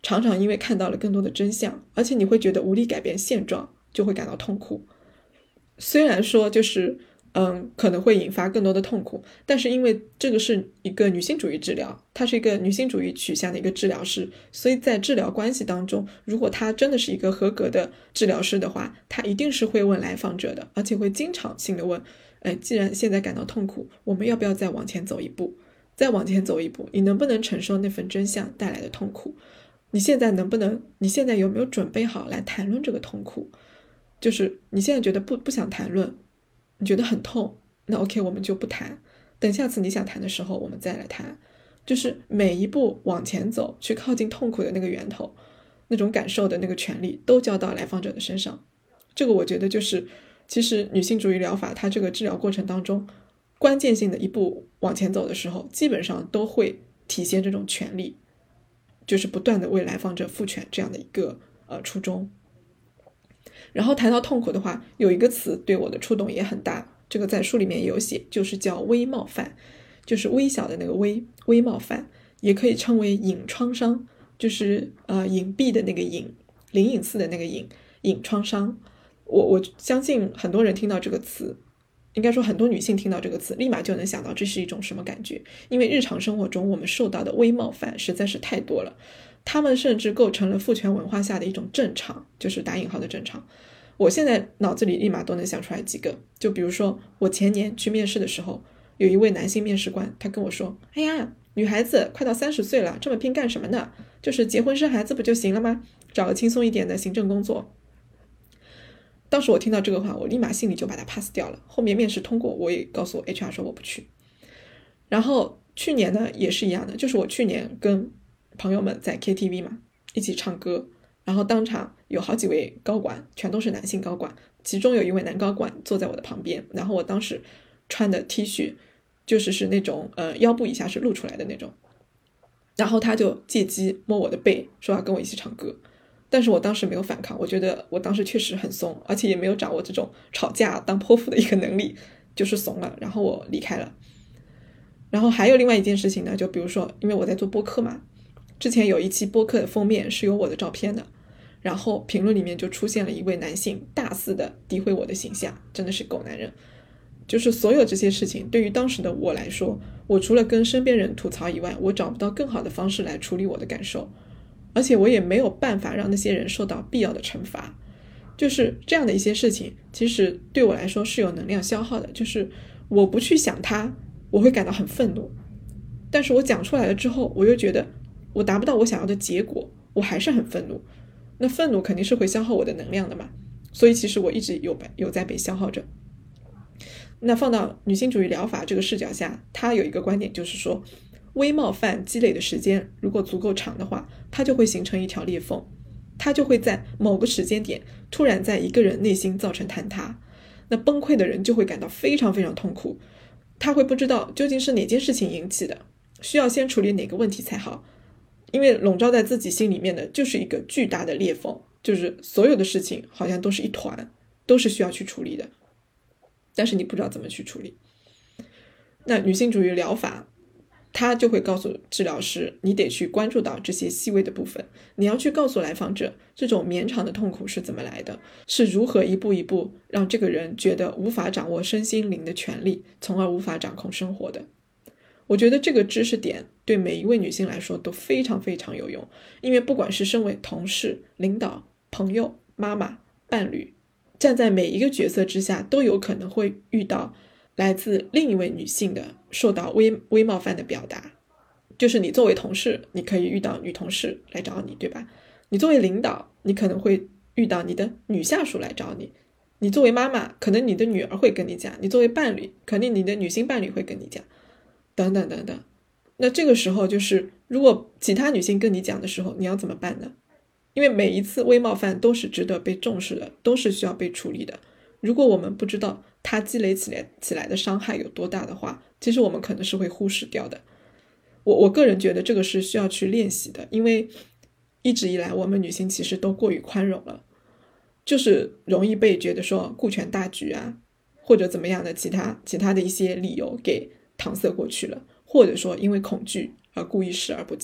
A: 常常因为看到了更多的真相，而且你会觉得无力改变现状，就会感到痛苦。虽然说就是可能会引发更多的痛苦，但是因为这个是一个女性主义治疗，它是一个女性主义取向的一个治疗师，所以在治疗关系当中，如果他真的是一个合格的治疗师的话，他一定是会问来访者的，而且会经常性的问，既然现在感到痛苦，我们要不要再往前走一步？再往前走一步，你能不能承受那份真相带来的痛苦？你现在有没有准备好来谈论这个痛苦？就是你现在觉得不想谈论，你觉得很痛，那 OK 我们就不谈，等下次你想谈的时候我们再来谈。就是每一步往前走，去靠近痛苦的那个源头，那种感受的那个权利都交到来访者的身上。这个我觉得就是其实女性主义疗法它这个治疗过程当中关键性的一步往前走的时候，基本上都会体现这种权利，就是不断的为来访者赋权这样的一个初衷。然后谈到痛苦的话，有一个词对我的触动也很大，这个在书里面也有写，就是叫微冒犯，就是微小的那个微冒犯，也可以称为隐创伤，就是隐蔽的那个隐，灵隐寺的那个隐创伤。我相信很多人听到这个词，应该说很多女性听到这个词立马就能想到这是一种什么感觉，因为日常生活中我们受到的微冒犯实在是太多了，他们甚至构成了父权文化下的一种正常，就是打引号的正常。我现在脑子里立马都能想出来几个，就比如说我前年去面试的时候，有一位男性面试官，他跟我说，哎呀，女孩子快到30岁了，这么拼干什么呢？就是结婚生孩子不就行了吗？找个轻松一点的行政工作。当时我听到这个话，我立马心里就把它 pass 掉了。后面面试通过，我也告诉我 HR 说我不去。然后去年呢也是一样的，就是我去年跟朋友们在 KTV 嘛，一起唱歌，然后当场有好几位高管，全都是男性高管，其中有一位男高管坐在我的旁边，然后我当时穿的 T 恤就是那种腰部以下是露出来的那种，然后他就借机摸我的背，说要跟我一起唱歌。但是我当时没有反抗，我觉得我当时确实很怂，而且也没有掌握这种吵架当泼妇的一个能力，就是怂了，然后我离开了。然后还有另外一件事情呢，就比如说因为我在做播客嘛，之前有一期播客的封面是有我的照片的，然后评论里面就出现了一位男性大肆的诋毁我的形象，真的是狗男人。就是所有这些事情对于当时的我来说，我除了跟身边人吐槽以外，我找不到更好的方式来处理我的感受，而且我也没有办法让那些人受到必要的惩罚。就是这样的一些事情其实对我来说是有能量消耗的，就是我不去想它，我会感到很愤怒，但是我讲出来了之后，我又觉得我达不到我想要的结果，我还是很愤怒。那愤怒肯定是会消耗我的能量的嘛，所以其实我一直有在被消耗着。那放到女性主义疗法这个视角下，它有一个观点，就是说微冒犯积累的时间如果足够长的话，它就会形成一条裂缝，它就会在某个时间点突然在一个人内心造成坍塌。那崩溃的人就会感到非常非常痛苦，他会不知道究竟是哪件事情引起的，需要先处理哪个问题才好，因为笼罩在自己心里面的就是一个巨大的裂缝，就是所有的事情好像都是一团，都是需要去处理的，但是你不知道怎么去处理。那女性主义疗法他就会告诉治疗师，你得去关注到这些细微的部分，你要去告诉来访者这种绵长的痛苦是怎么来的，是如何一步一步让这个人觉得无法掌握身心灵的权利，从而无法掌控生活的。我觉得这个知识点对每一位女性来说都非常非常有用，因为不管是身为同事、领导、朋友、妈妈、伴侣，站在每一个角色之下都有可能会遇到来自另一位女性的受到微冒犯的表达。就是你作为同事，你可以遇到女同事来找你，对吧？你作为领导，你可能会遇到你的女下属来找你，你作为妈妈，可能你的女儿会跟你讲，你作为伴侣，肯定你的女性伴侣会跟你讲，等等等等。那这个时候就是如果其他女性跟你讲的时候，你要怎么办呢？因为每一次微冒犯都是值得被重视的，都是需要被处理的。如果我们不知道它积累起来的伤害有多大的话，其实我们可能是会忽视掉的。我个人觉得这个是需要去练习的，因为一直以来我们女性其实都过于宽容了，就是容易被觉得说顾全大局啊，或者怎么样的其他的一些理由给搪塞过去了，或者说因为恐惧而故意视而不见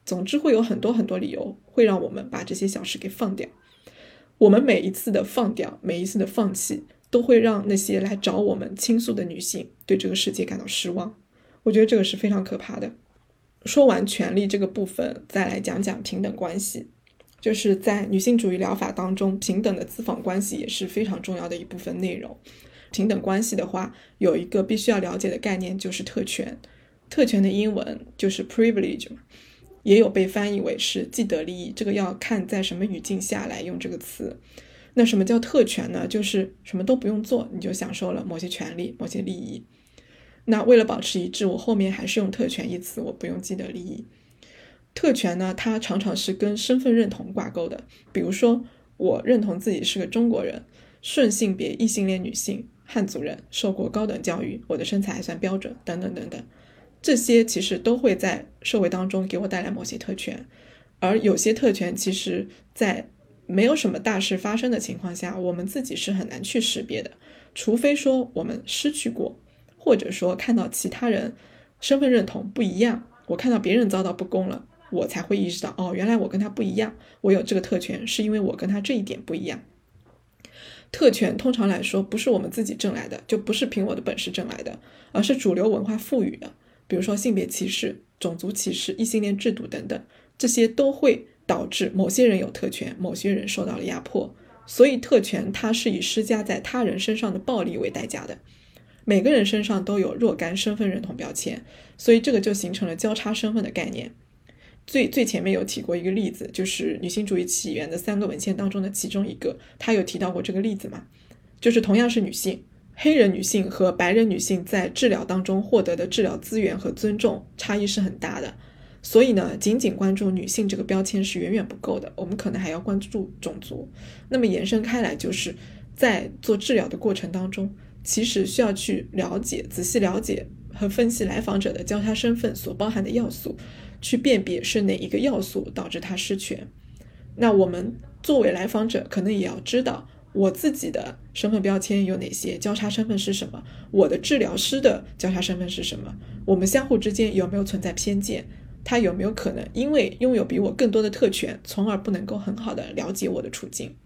A: 总之会有很多很多理由会让我们把这些小事给放掉。我们每一次的放掉，每一次的放弃，都会让那些来找我们倾诉的女性对这个世界感到失望。我觉得这个是非常可怕的。说完权利这个部分，再来讲讲平等关系。就是在女性主义疗法当中，平等的咨访关系也是非常重要的一部分内容。平等关系的话，有一个必须要了解的概念，就是特权。特权的英文就是 privilege， 也有被翻译为是既得利益，这个要看在什么语境下来用这个词。那什么叫特权呢？就是什么都不用做，你就享受了某些权利、某些利益。那为了保持一致，我后面还是用特权一词，我不用既得利益。特权呢，它常常是跟身份认同挂钩的。比如说，我认同自己是个中国人，顺性别异性恋女性，汉族人，受过高等教育，我的身材还算标准，等等等等。这些其实都会在社会当中给我带来某些特权，而有些特权其实在没有什么大事发生的情况下，我们自己是很难去识别的，除非说我们失去过，或者说看到其他人身份认同不一样，我看到别人遭到不公了，我才会意识到，原来我跟他不一样，我有这个特权是因为我跟他这一点不一样。特权通常来说不是我们自己挣来的，就不是凭我的本事挣来的，而是主流文化赋予的。比如说性别歧视、种族歧视、异性恋制度等等，这些都会导致某些人有特权，某些人受到了压迫。所以特权它是以施加在他人身上的暴力为代价的。每个人身上都有若干身份认同标签，所以这个就形成了交叉身份的概念。最前面有提过一个例子，就是女性主义起源的3个文献当中的其中一个，他有提到过这个例子嘛，就是同样是女性，黑人女性和白人女性在治疗当中获得的治疗资源和尊重差异是很大的。所以呢，仅仅关注女性这个标签是远远不够的，我们可能还要关注种族。那么延伸开来，就是在做治疗的过程当中，其实需要去仔细了解和分析来访者的交叉身份所包含的要素，去辨别是哪一个要素导致他失权。那我们作为来访者可能也要知道我自己的身份标签有哪些，交叉身份是什么，我的治疗师的交叉身份是什么，我们相互之间有没有存在偏见，他有没有可能因为拥有比我更多的特权，从而不能够很好的了解我的处境。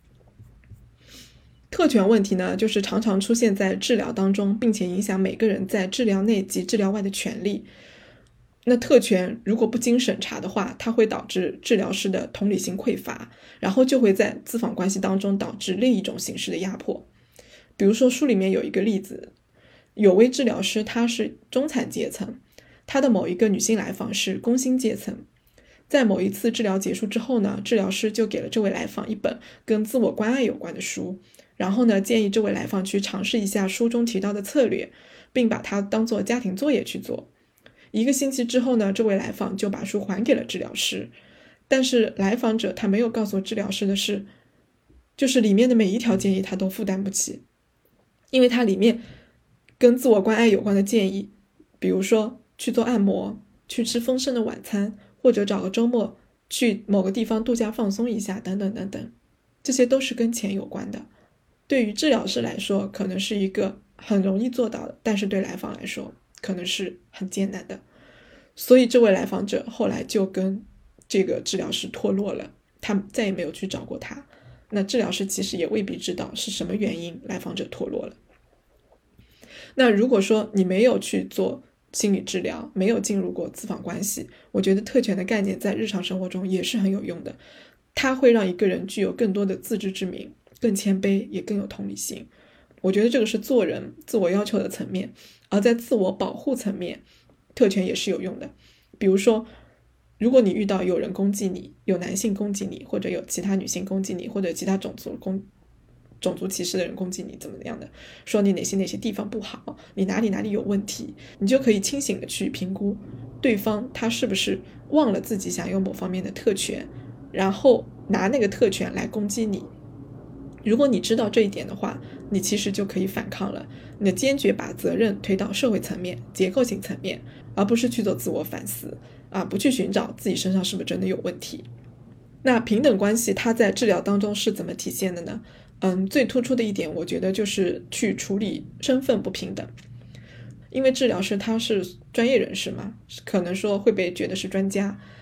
A: 特权问题呢，就是常常出现在治疗当中，并且影响每个人在治疗内及治疗外的权利。那特权如果不经审查的话，它会导致治疗师的同理心匮乏，然后就会在咨访关系当中导致另一种形式的压迫。比如说书里面有一个例子，有位治疗师他是中产阶层，他的某一个女性来访是工薪阶层。在某一次治疗结束之后呢，治疗师就给了这位来访一本跟自我关爱有关的书，然后呢，建议这位来访去尝试一下书中提到的策略，并把它当做家庭作业去做。1个星期之后呢，这位来访就把书还给了治疗师。但是来访者他没有告诉治疗师的是，就是里面的每一条建议他都负担不起，因为它里面跟自我关爱有关的建议，比如说去做按摩，去吃丰盛的晚餐，或者找个周末去某个地方度假放松一下，等等等等，这些都是跟钱有关的。对于治疗师来说可能是一个很容易做到的，但是对来访来说可能是很艰难的。所以这位来访者后来就跟这个治疗师脱落了，他再也没有去找过他。那治疗师其实也未必知道是什么原因来访者脱落了。那如果说你没有去做心理治疗，没有进入过咨访关系，我觉得特权的概念在日常生活中也是很有用的。它会让一个人具有更多的自知之明，更谦卑，也更有同理心。我觉得这个是做人自我要求的层面，而在自我保护层面，特权也是有用的。比如说，如果你遇到有人攻击你，有男性攻击你，或者有其他女性攻击你，或者其他种族歧视的人攻击你，怎么样的，说你哪些地方不好，你哪里有问题，你就可以清醒的去评估对方他是不是忘了自己享有某方面的特权，然后拿那个特权来攻击你。如果你知道这一点的话，你其实就可以反抗了，你坚决把责任推到社会层面、结构性层面，而不是去做自我反思不去寻找自己身上是不是真的有问题。那平等关系它在治疗当中是怎么体现的呢？最突出的一点我觉得就是去处理身份不平等。因为治疗师他是专业人士嘛，可能说会被觉得是专家，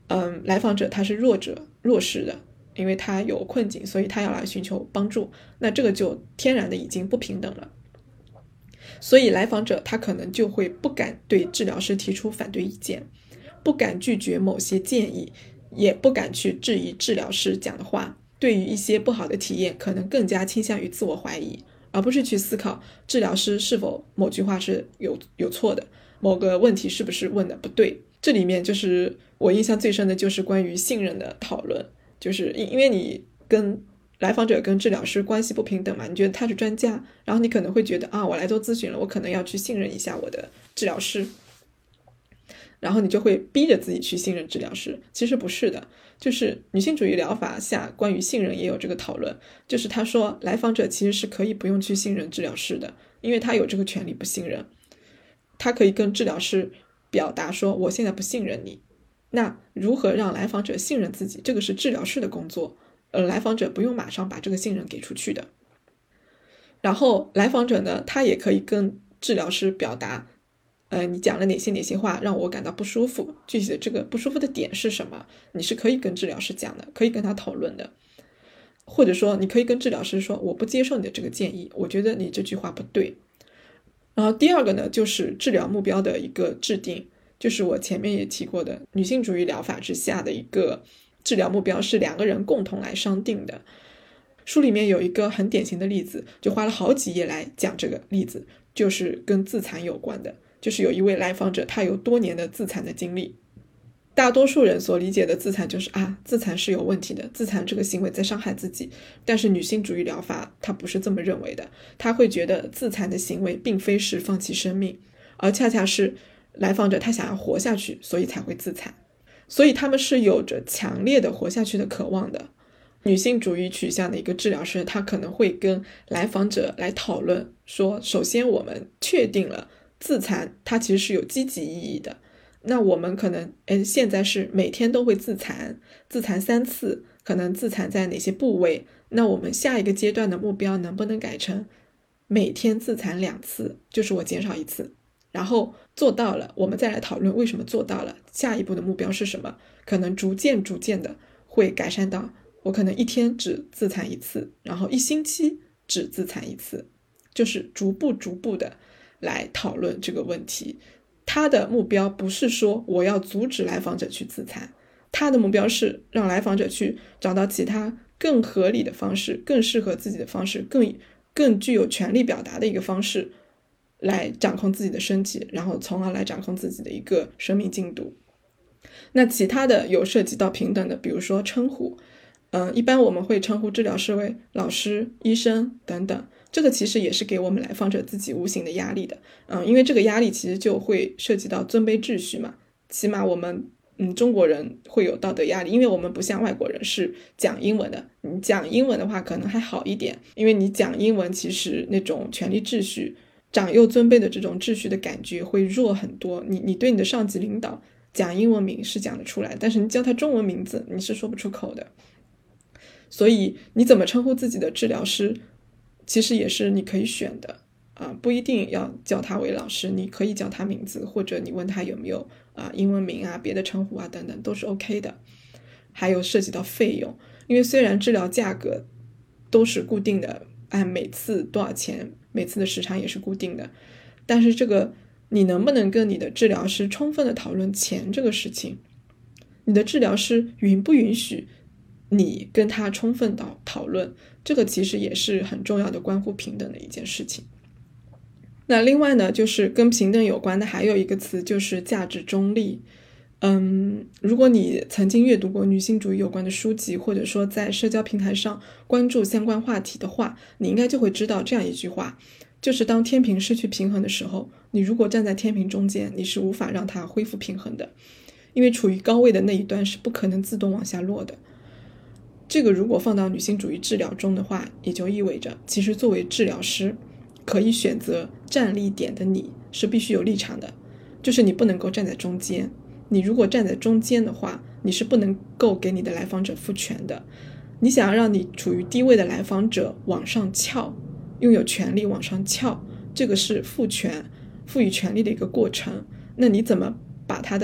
A: 来访者他是弱势的，因为他有困境，所以他要来寻求帮助，那这个就天然的已经不平等了。所以来访者他可能就会不敢对治疗师提出反对意见，不敢拒绝某些建议，也不敢去质疑治疗师讲的话，对于一些不好的体验可能更加倾向于自我怀疑，而不是去思考治疗师是否某句话是有错的，某个问题是不是问的不对。这里面就是我印象最深的就是关于信任的讨论，就是因为你跟来访者跟治疗师关系不平等嘛，你觉得他是专家，然后你可能会觉得我来做咨询了，我可能要去信任一下我的治疗师，然后你就会逼着自己去信任治疗师。其实不是的，就是女性主义疗法下关于信任也有这个讨论，就是他说来访者其实是可以不用去信任治疗师的，因为他有这个权利不信任，他可以跟治疗师表达说我现在不信任你。那如何让来访者信任自己，这个是治疗师的工作，来访者不用马上把这个信任给出去的。然后来访者呢，他也可以跟治疗师表达你讲了哪些话让我感到不舒服，具体的这个不舒服的点是什么，你是可以跟治疗师讲的，可以跟他讨论的。或者说你可以跟治疗师说我不接受你的这个建议，我觉得你这句话不对。然后第二个呢，就是治疗目标的一个制定，就是我前面也提过的女性主义疗法之下的一个治疗目标是两个人共同来商定的。书里面有一个很典型的例子，就花了好几页来讲这个例子，就是跟自残有关的，就是有一位来访者他有多年的自残的经历。大多数人所理解的自残就是自残是有问题的，自残这个行为在伤害自己，但是女性主义疗法它不是这么认为的，他会觉得自残的行为并非是放弃生命，而恰恰是来访者他想要活下去，所以才会自残，所以他们是有着强烈的活下去的渴望的。女性主义取向的一个治疗师，他可能会跟来访者来讨论说，首先我们确定了自残它其实是有积极意义的，那我们可能现在是每天都会自残3次，可能自残在哪些部位，那我们下一个阶段的目标能不能改成每天自残2次，就是我减少1次，然后做到了我们再来讨论为什么做到了，下一步的目标是什么，可能逐渐的会改善到我可能1天只自残1次，然后1星期只自残1次，就是逐步的来讨论这个问题。他的目标不是说我要阻止来访者去自残，他的目标是让来访者去找到其他更合理的方式，更适合自己的方式，更具有权利表达的一个方式来掌控自己的身体，然后从而来掌控自己的一个生命进度。那其他的有涉及到平等的，比如说称呼，一般我们会称呼治疗师为老师、医生等等，这个其实也是给我们来访者自己无形的压力的，因为这个压力其实就会涉及到尊卑秩序嘛，起码我们中国人会有道德压力，因为我们不像外国人是讲英文的，你讲英文的话可能还好一点，因为你讲英文其实那种权力秩序、长幼尊卑的这种秩序的感觉会弱很多，你对你的上级领导讲英文名是讲得出来，但是你叫他中文名字你是说不出口的。所以你怎么称呼自己的治疗师其实也是你可以选的不一定要叫他为老师，你可以叫他名字，或者你问他有没有英文名别的称呼等等都是 OK 的。还有涉及到费用，因为虽然治疗价格都是固定的，按每次多少钱，每次的时长也是固定的，但是这个你能不能跟你的治疗师充分的讨论钱这个事情，你的治疗师允不允许你跟他充分讨论，这个其实也是很重要的关乎平等的一件事情。那另外呢，就是跟平等有关的还有一个词就是价值中立。如果你曾经阅读过女性主义有关的书籍，或者说在社交平台上关注相关话题的话，你应该就会知道这样一句话，就是当天平失去平衡的时候，你如果站在天平中间，你是无法让它恢复平衡的，因为处于高位的那一端是不可能自动往下落的。这个如果放到女性主义治疗中的话，也就意味着其实作为治疗师可以选择站立点的你是必须有立场的，就是你不能够站在中间，你如果站在中间的话，你是不能够给你的来访者赋权的。你想要让你处于低位的来访者往上翘，拥有权利往上翘，这个是赋予权利的一个过程，那你怎么把他的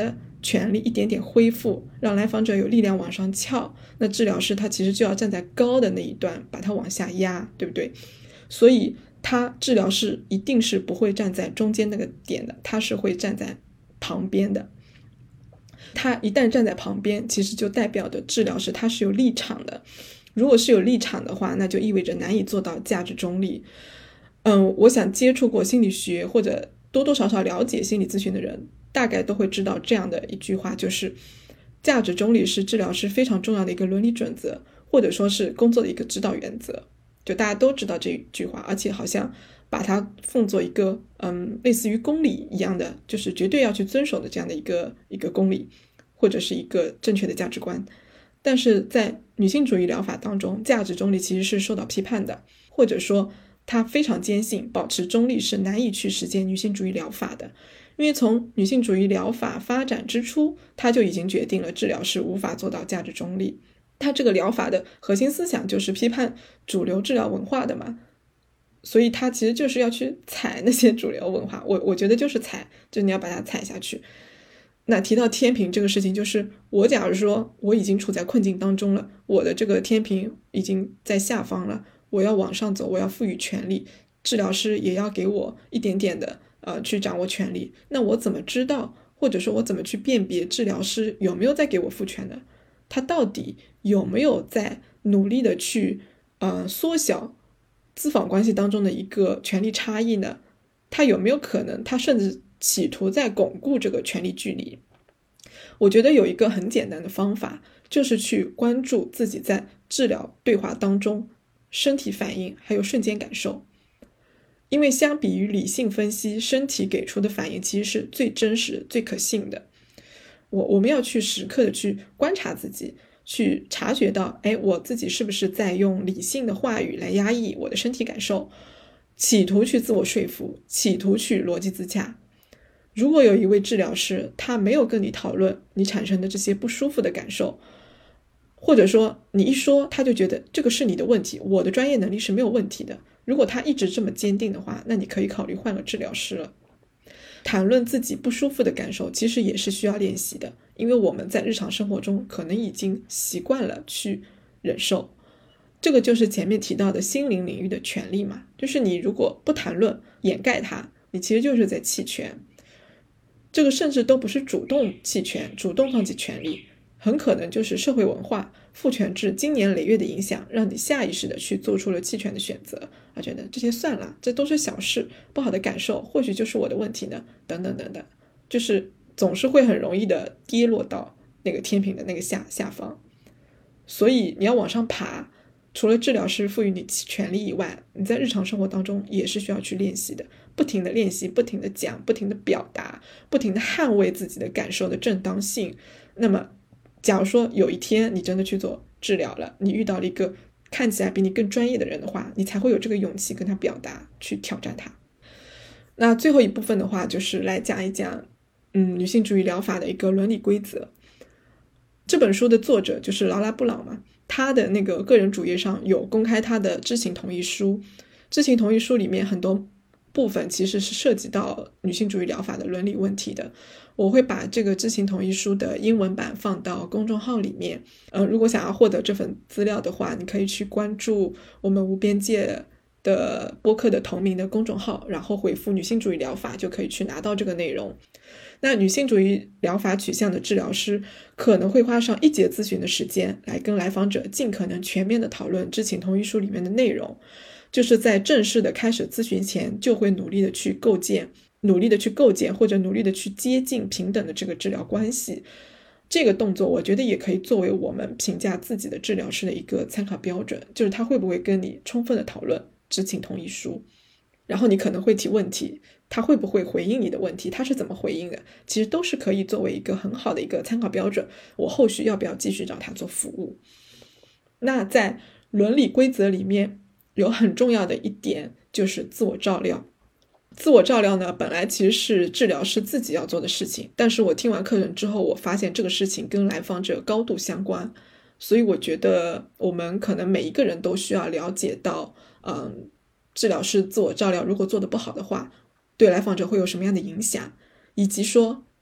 A: 权力一点点恢复，让来访者有力量往上翘，那治疗师他其实就要站在高的那一段把它往下压，对不对？所以治疗师一定是不会站在中间那个点的，他是会站在旁边的。他一旦站在旁边，其实就代表的治疗师他是有立场的。如果是有立场的话，那就意味着难以做到价值中立。我想接触过心理学或者多多少少了解心理咨询的人，大概都会知道这样的一句话，就是价值中立是治疗师非常重要的一个伦理准则，或者说是工作的一个指导原则。就大家都知道这句话，而且好像把它奉作一个类似于公理一样的，就是绝对要去遵守的这样的一个公理，或者是一个正确的价值观。但是在女性主义疗法当中，价值中立其实是受到批判的，或者说他非常坚信保持中立是难以去实践女性主义疗法的。因为从女性主义疗法发展之初，他就已经决定了治疗师无法做到价值中立。他这个疗法的核心思想就是批判主流治疗文化的嘛，所以他其实就是要去踩那些主流文化，我觉得就是踩，就你要把它踩下去。那提到天平这个事情，就是我假如说我已经处在困境当中了，我的这个天平已经在下方了，我要往上走，我要赋予权力，治疗师也要给我一点点的去掌握权力。那我怎么知道，或者说我怎么去辨别治疗师有没有在给我赋权呢？他到底有没有在努力的去缩小咨访关系当中的一个权力差异呢？他有没有可能他甚至企图在巩固这个权力距离？我觉得有一个很简单的方法，就是去关注自己在治疗对话当中身体反应还有瞬间感受。因为相比于理性分析，身体给出的反应其实是最真实最可信的。我们要去时刻的去观察自己，去察觉到我自己是不是在用理性的话语来压抑我的身体感受，企图去自我说服，企图去逻辑自洽。如果有一位治疗师他没有跟你讨论你产生的这些不舒服的感受，或者说你一说他就觉得这个是你的问题，我的专业能力是没有问题的，如果他一直这么坚定的话，那你可以考虑换个治疗师了。谈论自己不舒服的感受其实也是需要练习的，因为我们在日常生活中可能已经习惯了去忍受。这个就是前面提到的心灵领域的权利嘛，就是你如果不谈论掩盖它，你其实就是在弃权。这个甚至都不是主动弃权，主动放弃权利，很可能就是社会文化父权制经年累月的影响，让你下意识的去做出了弃权的选择，觉得这些算了，这都是小事，不好的感受或许就是我的问题呢，等等等等，就是总是会很容易的跌落到那个天平的那个下方。所以你要往上爬，除了治疗师赋予你权利以外，你在日常生活当中也是需要去练习的，不停的练习，不停的讲，不停的表达，不停的捍卫自己的感受的正当性。那么假如说有一天你真的去做治疗了，你遇到了一个看起来比你更专业的人的话，你才会有这个勇气跟他表达，去挑战他。那最后一部分的话，就是来讲一讲女性主义疗法的一个伦理规则。这本书的作者就是劳拉布朗嘛，他的那个个人主页上有公开他的知情同意书，知情同意书里面很多部分其实是涉及到女性主义疗法的伦理问题的。我会把这个知情同意书的英文版放到公众号里面，如果想要获得这份资料的话，你可以去关注我们无边界的播客的同名的公众号，然后回复女性主义疗法就可以去拿到这个内容。那女性主义疗法取向的治疗师可能会花上1节咨询的时间来跟来访者尽可能全面的讨论知情同意书里面的内容，就是在正式的开始咨询前就会努力的去构建或者努力的去接近平等的这个治疗关系。这个动作我觉得也可以作为我们评价自己的治疗师的一个参考标准，就是他会不会跟你充分的讨论知情同意书，然后你可能会提问题，他会不会回应你的问题，他是怎么回应的，其实都是可以作为一个很好的一个参考标准，我后续要不要继续找他做服务。那在伦理规则里面有很重要的一点就是自我照料。自我照料呢，本来其实是治疗师自己要做的事情，但是我听完课程之后，我发现这个事情跟来访者高度相关，所以我觉得我们可能每一个人都需要了解到治疗师自我照料如果做得不好的话，对来访者会有什么样的影响，以及说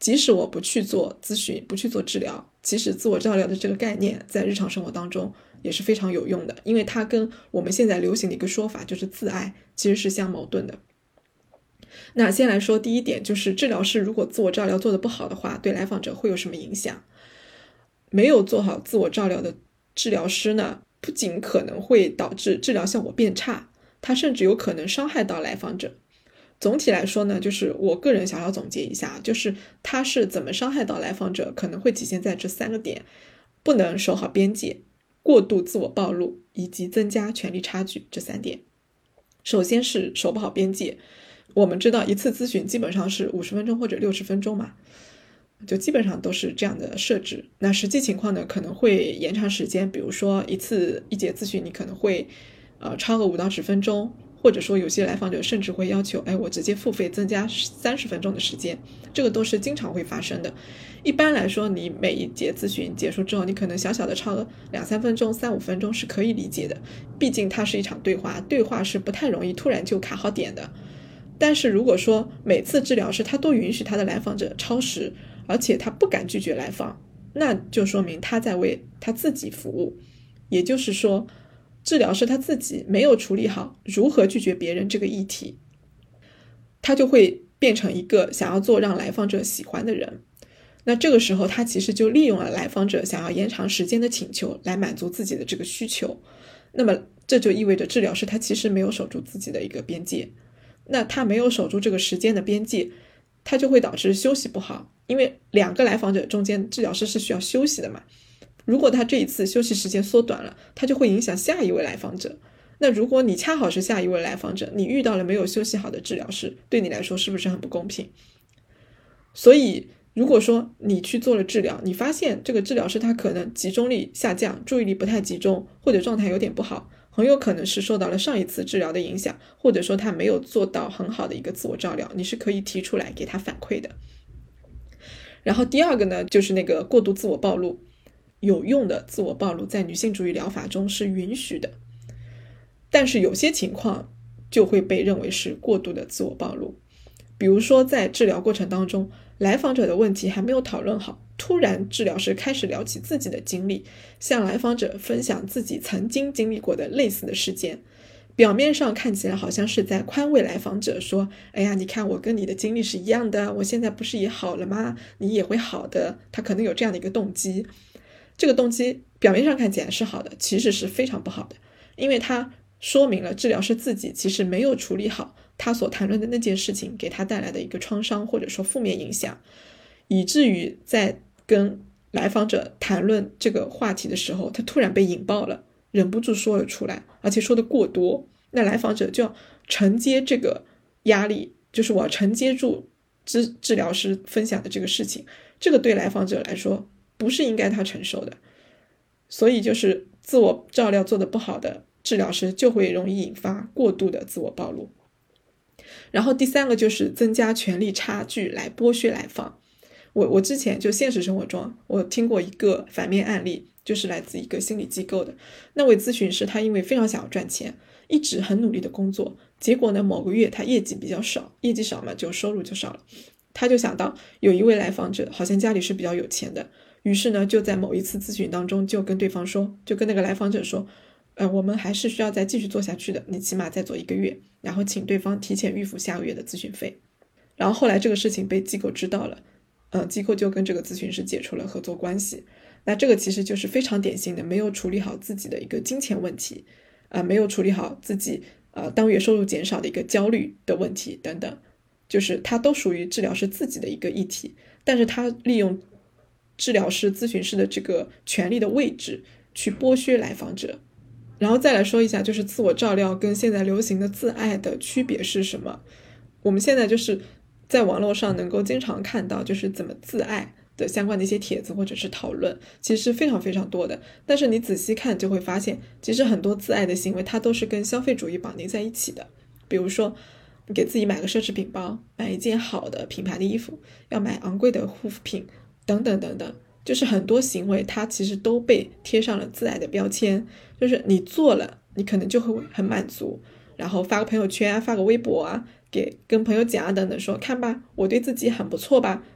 A: 即使我不去做咨询，不去做治疗，其实自我照料的这个概念在日常生活当中也是非常有用的，因为它跟我们现在流行的一个说法就是自爱其实是相矛盾的。那先来说第一点，就是治疗师如果自我照料做得不好的话，对来访者会有什么影响？没有做好自我照料的治疗师呢，不仅可能会导致治疗效果变差，它甚至有可能伤害到来访者。总体来说呢，就是我个人想要总结一下，就是它是怎么伤害到来访者，可能会体现在这3个点：不能守好边界、过度自我暴露以及增加权力差距这3点。首先是守不好边界，我们知道一次咨询基本上是50分钟或者60分钟嘛，就基本上都是这样的设置。那实际情况呢，可能会延长时间，比如说一节咨询你可能会超个5到10分钟，或者说有些来访者甚至会要求我直接付费增加30分钟的时间，这个都是经常会发生的。一般来说，你每一节咨询结束之后，你可能小小的超个2-3分钟、3-5分钟是可以理解的，毕竟它是一场对话，对话是不太容易突然就卡好点的。但是如果说每次治疗师他都允许他的来访者超时，而且他不敢拒绝来访，那就说明他在为他自己服务。也就是说，治疗师他自己没有处理好如何拒绝别人这个议题，他就会变成一个想要做让来访者喜欢的人。那这个时候他其实就利用了来访者想要延长时间的请求来满足自己的这个需求。那么这就意味着治疗师他其实没有守住自己的一个边界。那他没有守住这个时间的边界，他就会导致休息不好，因为2个来访者中间治疗师是需要休息的嘛。如果他这一次休息时间缩短了，他就会影响下一位来访者。那如果你恰好是下一位来访者，你遇到了没有休息好的治疗师，对你来说是不是很不公平？所以如果说你去做了治疗，你发现这个治疗师他可能集中力下降，注意力不太集中，或者状态有点不好，很有可能是受到了上一次治疗的影响，或者说他没有做到很好的一个自我照料，你是可以提出来给他反馈的。然后第二个呢，就是那个过度自我暴露。有用的自我暴露在女性主义疗法中是允许的，但是有些情况就会被认为是过度的自我暴露。比如说在治疗过程当中，来访者的问题还没有讨论好，突然治疗师开始聊起自己的经历，向来访者分享自己曾经经历过的类似的事件，表面上看起来好像是在宽慰来访者说，哎呀，你看我跟你的经历是一样的，我现在不是也好了吗？你也会好的。他可能有这样的一个动机，这个动机表面上看起来是好的，其实是非常不好的，因为它说明了治疗师自己其实没有处理好他所谈论的那件事情给他带来的一个创伤或者说负面影响，以至于在跟来访者谈论这个话题的时候，他突然被引爆了，忍不住说了出来，而且说的过多，那来访者就要承接这个压力，就是我要承接住治疗师分享的这个事情，这个对来访者来说不是应该他承受的。所以就是自我照料做得不好的治疗师就会容易引发过度的自我暴露。然后第3个就是增加权力差距来剥削来访。我之前就现实生活中我听过一个反面案例，就是来自一个心理机构的那位咨询师，他因为非常想要赚钱，一直很努力的工作，结果呢某个月他业绩比较少，业绩少嘛就收入就少了，他就想到有一位来访者好像家里是比较有钱的，于是呢就在某一次咨询当中就跟对方说，就跟那个来访者说，我们还是需要再继续做下去的，你起码再做1个月，然后请对方提前预付下个月的咨询费。然后后来这个事情被机构知道了，机构就跟这个咨询师解除了合作关系。那这个其实就是非常典型的没有处理好自己的一个金钱问题，没有处理好自己当月收入减少的一个焦虑的问题等等，就是它都属于治疗师自己的一个议题，但是他利用治疗师咨询师的这个权力的位置去剥削来访者。然后再来说一下，就是自我照料跟现在流行的自爱的区别是什么。我们现在就是在网络上能够经常看到就是怎么自爱的相关的一些帖子或者是讨论，其实非常非常多的，但是你仔细看就会发现，其实很多自爱的行为它都是跟消费主义绑定在一起的。比如说给自己买个奢侈品包，买一件好的品牌的衣服，要买昂贵的护肤品等等等等，就是很多行为它其实都被贴上了自爱的标签，就是你做了你可能就会很满足，然后发个朋友圈啊，发个微博啊，跟朋友讲啊等等，说看吧我对自己很不错吧，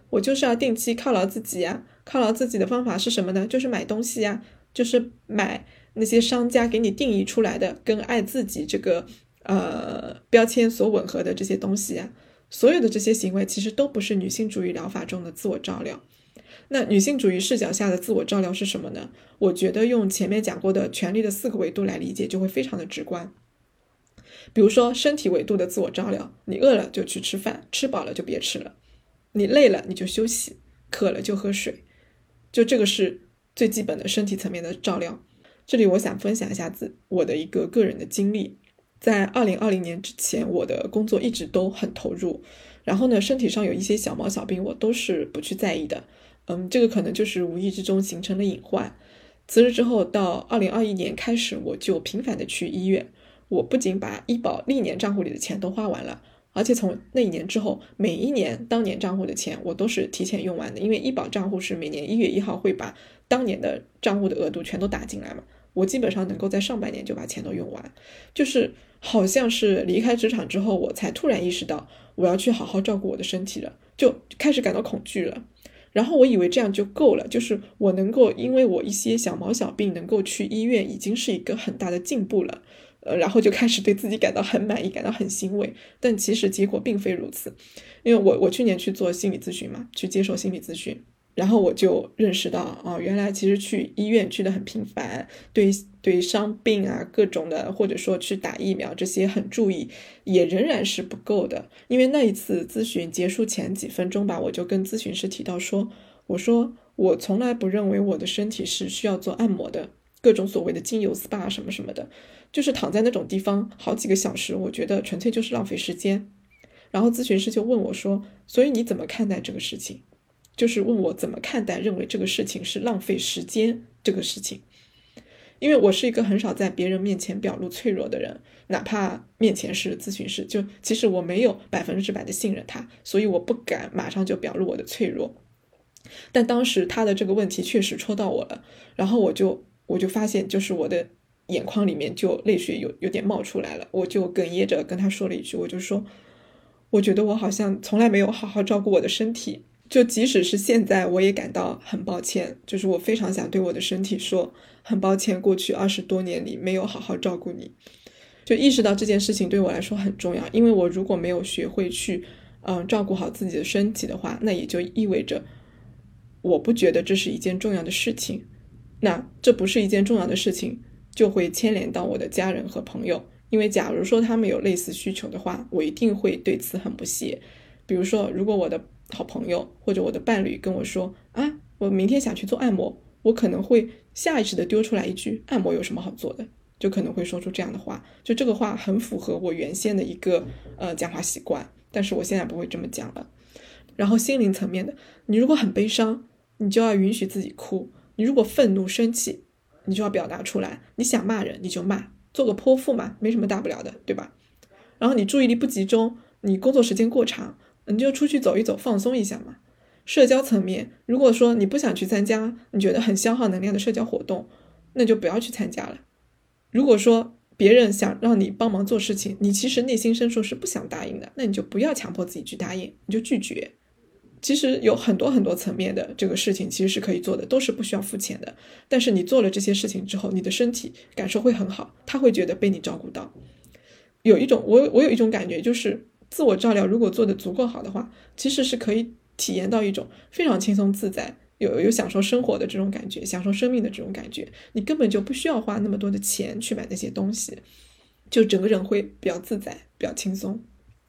A: 我就是要定期犒劳自己呀。犒劳自己的方法是什么呢？就是买东西呀，就是买那些商家给你定义出来的跟爱自己这个标签所吻合的这些东西啊。所有的这些行为其实都不是女性主义疗法中的自我照料。那女性主义视角下的自我照料是什么呢？我觉得用前面讲过的权力的4个维度来理解就会非常的直观。比如说身体维度的自我照料，你饿了就去吃饭，吃饱了就别吃了，你累了你就休息，渴了就喝水，就这个是最基本的身体层面的照料。这里我想分享一下我的一个个人的经历。在2020年之前，我的工作一直都很投入，然后呢，身体上有一些小毛小病我都是不去在意的，这个可能就是无意之中形成了隐患。辞职之后到2021年开始，我就频繁的去医院，我不仅把医保历年账户里的钱都花完了，而且从那一年之后，每一年当年账户的钱我都是提前用完的，因为医保账户是每年1月1号会把当年的账户的额度全都打进来嘛，我基本上能够在上半年就把钱都用完，就是好像是离开职场之后，我才突然意识到我要去好好照顾我的身体了，就开始感到恐惧了。然后我以为这样就够了，就是我能够因为我一些小毛小病能够去医院，已经是一个很大的进步了。然后就开始对自己感到很满意，感到很欣慰，但其实结果并非如此。因为我去年去做心理咨询嘛，去接受心理咨询，然后我就认识到原来其实去医院去的很频繁，对伤病啊各种的，或者说去打疫苗这些很注意，也仍然是不够的。因为那一次咨询结束前几分钟吧，我就跟咨询师提到说，我说我从来不认为我的身体是需要做按摩的，各种所谓的精油 SPA 什么什么的，就是躺在那种地方好几个小时，我觉得纯粹就是浪费时间。然后咨询师就问我说，所以你怎么看待这个事情？就是问我怎么看待认为这个事情是浪费时间这个事情。因为我是一个很少在别人面前表露脆弱的人，哪怕面前是咨询师，就其实我没有100%的信任他，所以我不敢马上就表露我的脆弱。但当时他的这个问题确实戳到我了，然后我就发现，就是我的眼眶里面就泪水有点冒出来了，我就哽咽着跟他说了一句，我就说，我觉得我好像从来没有好好照顾我的身体，就即使是现在我也感到很抱歉，就是我非常想对我的身体说，很抱歉过去20多年里没有好好照顾你。就意识到这件事情对我来说很重要，因为我如果没有学会去照顾好自己的身体的话，那也就意味着我不觉得这是一件重要的事情，那这不是一件重要的事情，就会牵连到我的家人和朋友，因为假如说他们有类似需求的话，我一定会对此很不屑。比如说，如果我的好朋友或者我的伴侣跟我说我明天想去做按摩，我可能会下意识的丢出来一句，按摩有什么好做的，就可能会说出这样的话，就这个话很符合我原先的一个讲话习惯，但是我现在不会这么讲了。然后心灵层面的，你如果很悲伤，你就要允许自己哭，你如果愤怒生气，你就要表达出来，你想骂人你就骂，做个泼妇嘛，没什么大不了的，对吧？然后你注意力不集中，你工作时间过长，你就出去走一走，放松一下嘛。社交层面，如果说你不想去参加你觉得很消耗能量的社交活动，那就不要去参加了。如果说别人想让你帮忙做事情，你其实内心深处是不想答应的，那你就不要强迫自己去答应，你就拒绝。其实有很多很多层面的这个事情其实是可以做的，都是不需要付钱的，但是你做了这些事情之后，你的身体感受会很好，他会觉得被你照顾到。我有一种感觉，就是自我照料如果做得足够好的话，其实是可以体验到一种非常轻松自在，有享受生活的这种感觉，享受生命的这种感觉，你根本就不需要花那么多的钱去买那些东西，就整个人会比较自在，比较轻松。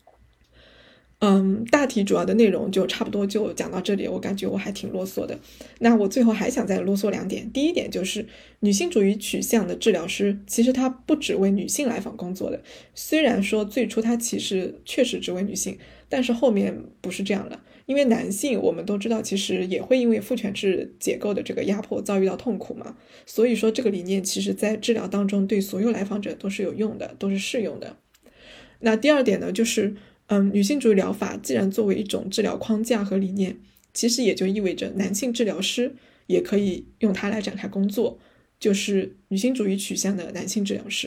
A: 大体主要的内容就差不多就讲到这里，我感觉我还挺啰嗦的。那我最后还想再啰嗦2点。第一点就是女性主义取向的治疗师，其实他不只为女性来访工作的，虽然说最初他其实确实只为女性，但是后面不是这样了。因为男性我们都知道其实也会因为父权制结构的这个压迫遭遇到痛苦嘛，所以说这个理念其实在治疗当中对所有来访者都是有用的，都是适用的。那第二点呢，就是女性主义疗法既然作为一种治疗框架和理念，其实也就意味着男性治疗师也可以用它来展开工作，就是女性主义取向的男性治疗师。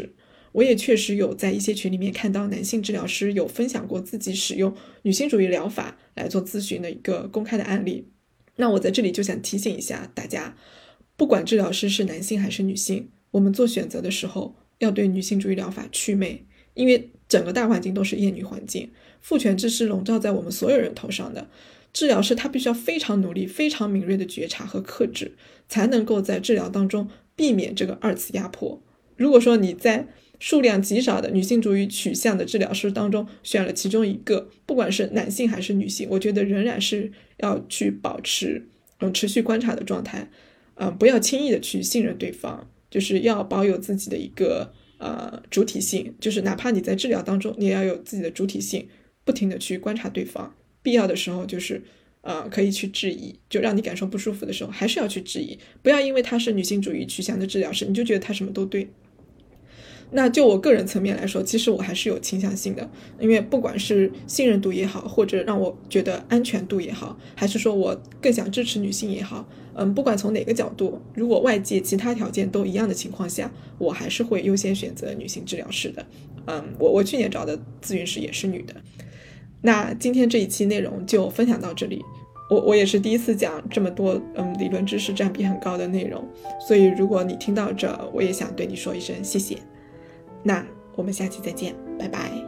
A: 我也确实有在一些群里面看到男性治疗师有分享过自己使用女性主义疗法来做咨询的一个公开的案例。那我在这里就想提醒一下大家，不管治疗师是男性还是女性，我们做选择的时候要对女性主义疗法祛魅，因为整个大环境都是厌女环境，父权制是笼罩在我们所有人头上的。治疗师他必须要非常努力、非常敏锐的觉察和克制，才能够在治疗当中避免这个二次压迫。如果说你在数量极少的女性主义取向的治疗师当中选了其中一个，不管是男性还是女性，我觉得仍然是要去保持持续观察的状态，不要轻易的去信任对方，就是要保有自己的一个主体性，就是哪怕你在治疗当中，你也要有自己的主体性，不停的去观察对方，必要的时候就是可以去质疑，就让你感受不舒服的时候还是要去质疑，不要因为他是女性主义取向的治疗师你就觉得他什么都对。那就我个人层面来说，其实我还是有倾向性的，因为不管是信任度也好，或者让我觉得安全度也好，还是说我更想支持女性也好，不管从哪个角度，如果外界其他条件都一样的情况下，我还是会优先选择女性治疗师的。我去年找的咨询师也是女的。那今天这一期内容就分享到这里，我也是第一次讲这么多理论知识占比很高的内容，所以如果你听到这，我也想对你说一声谢谢。那我们下期再见，拜拜。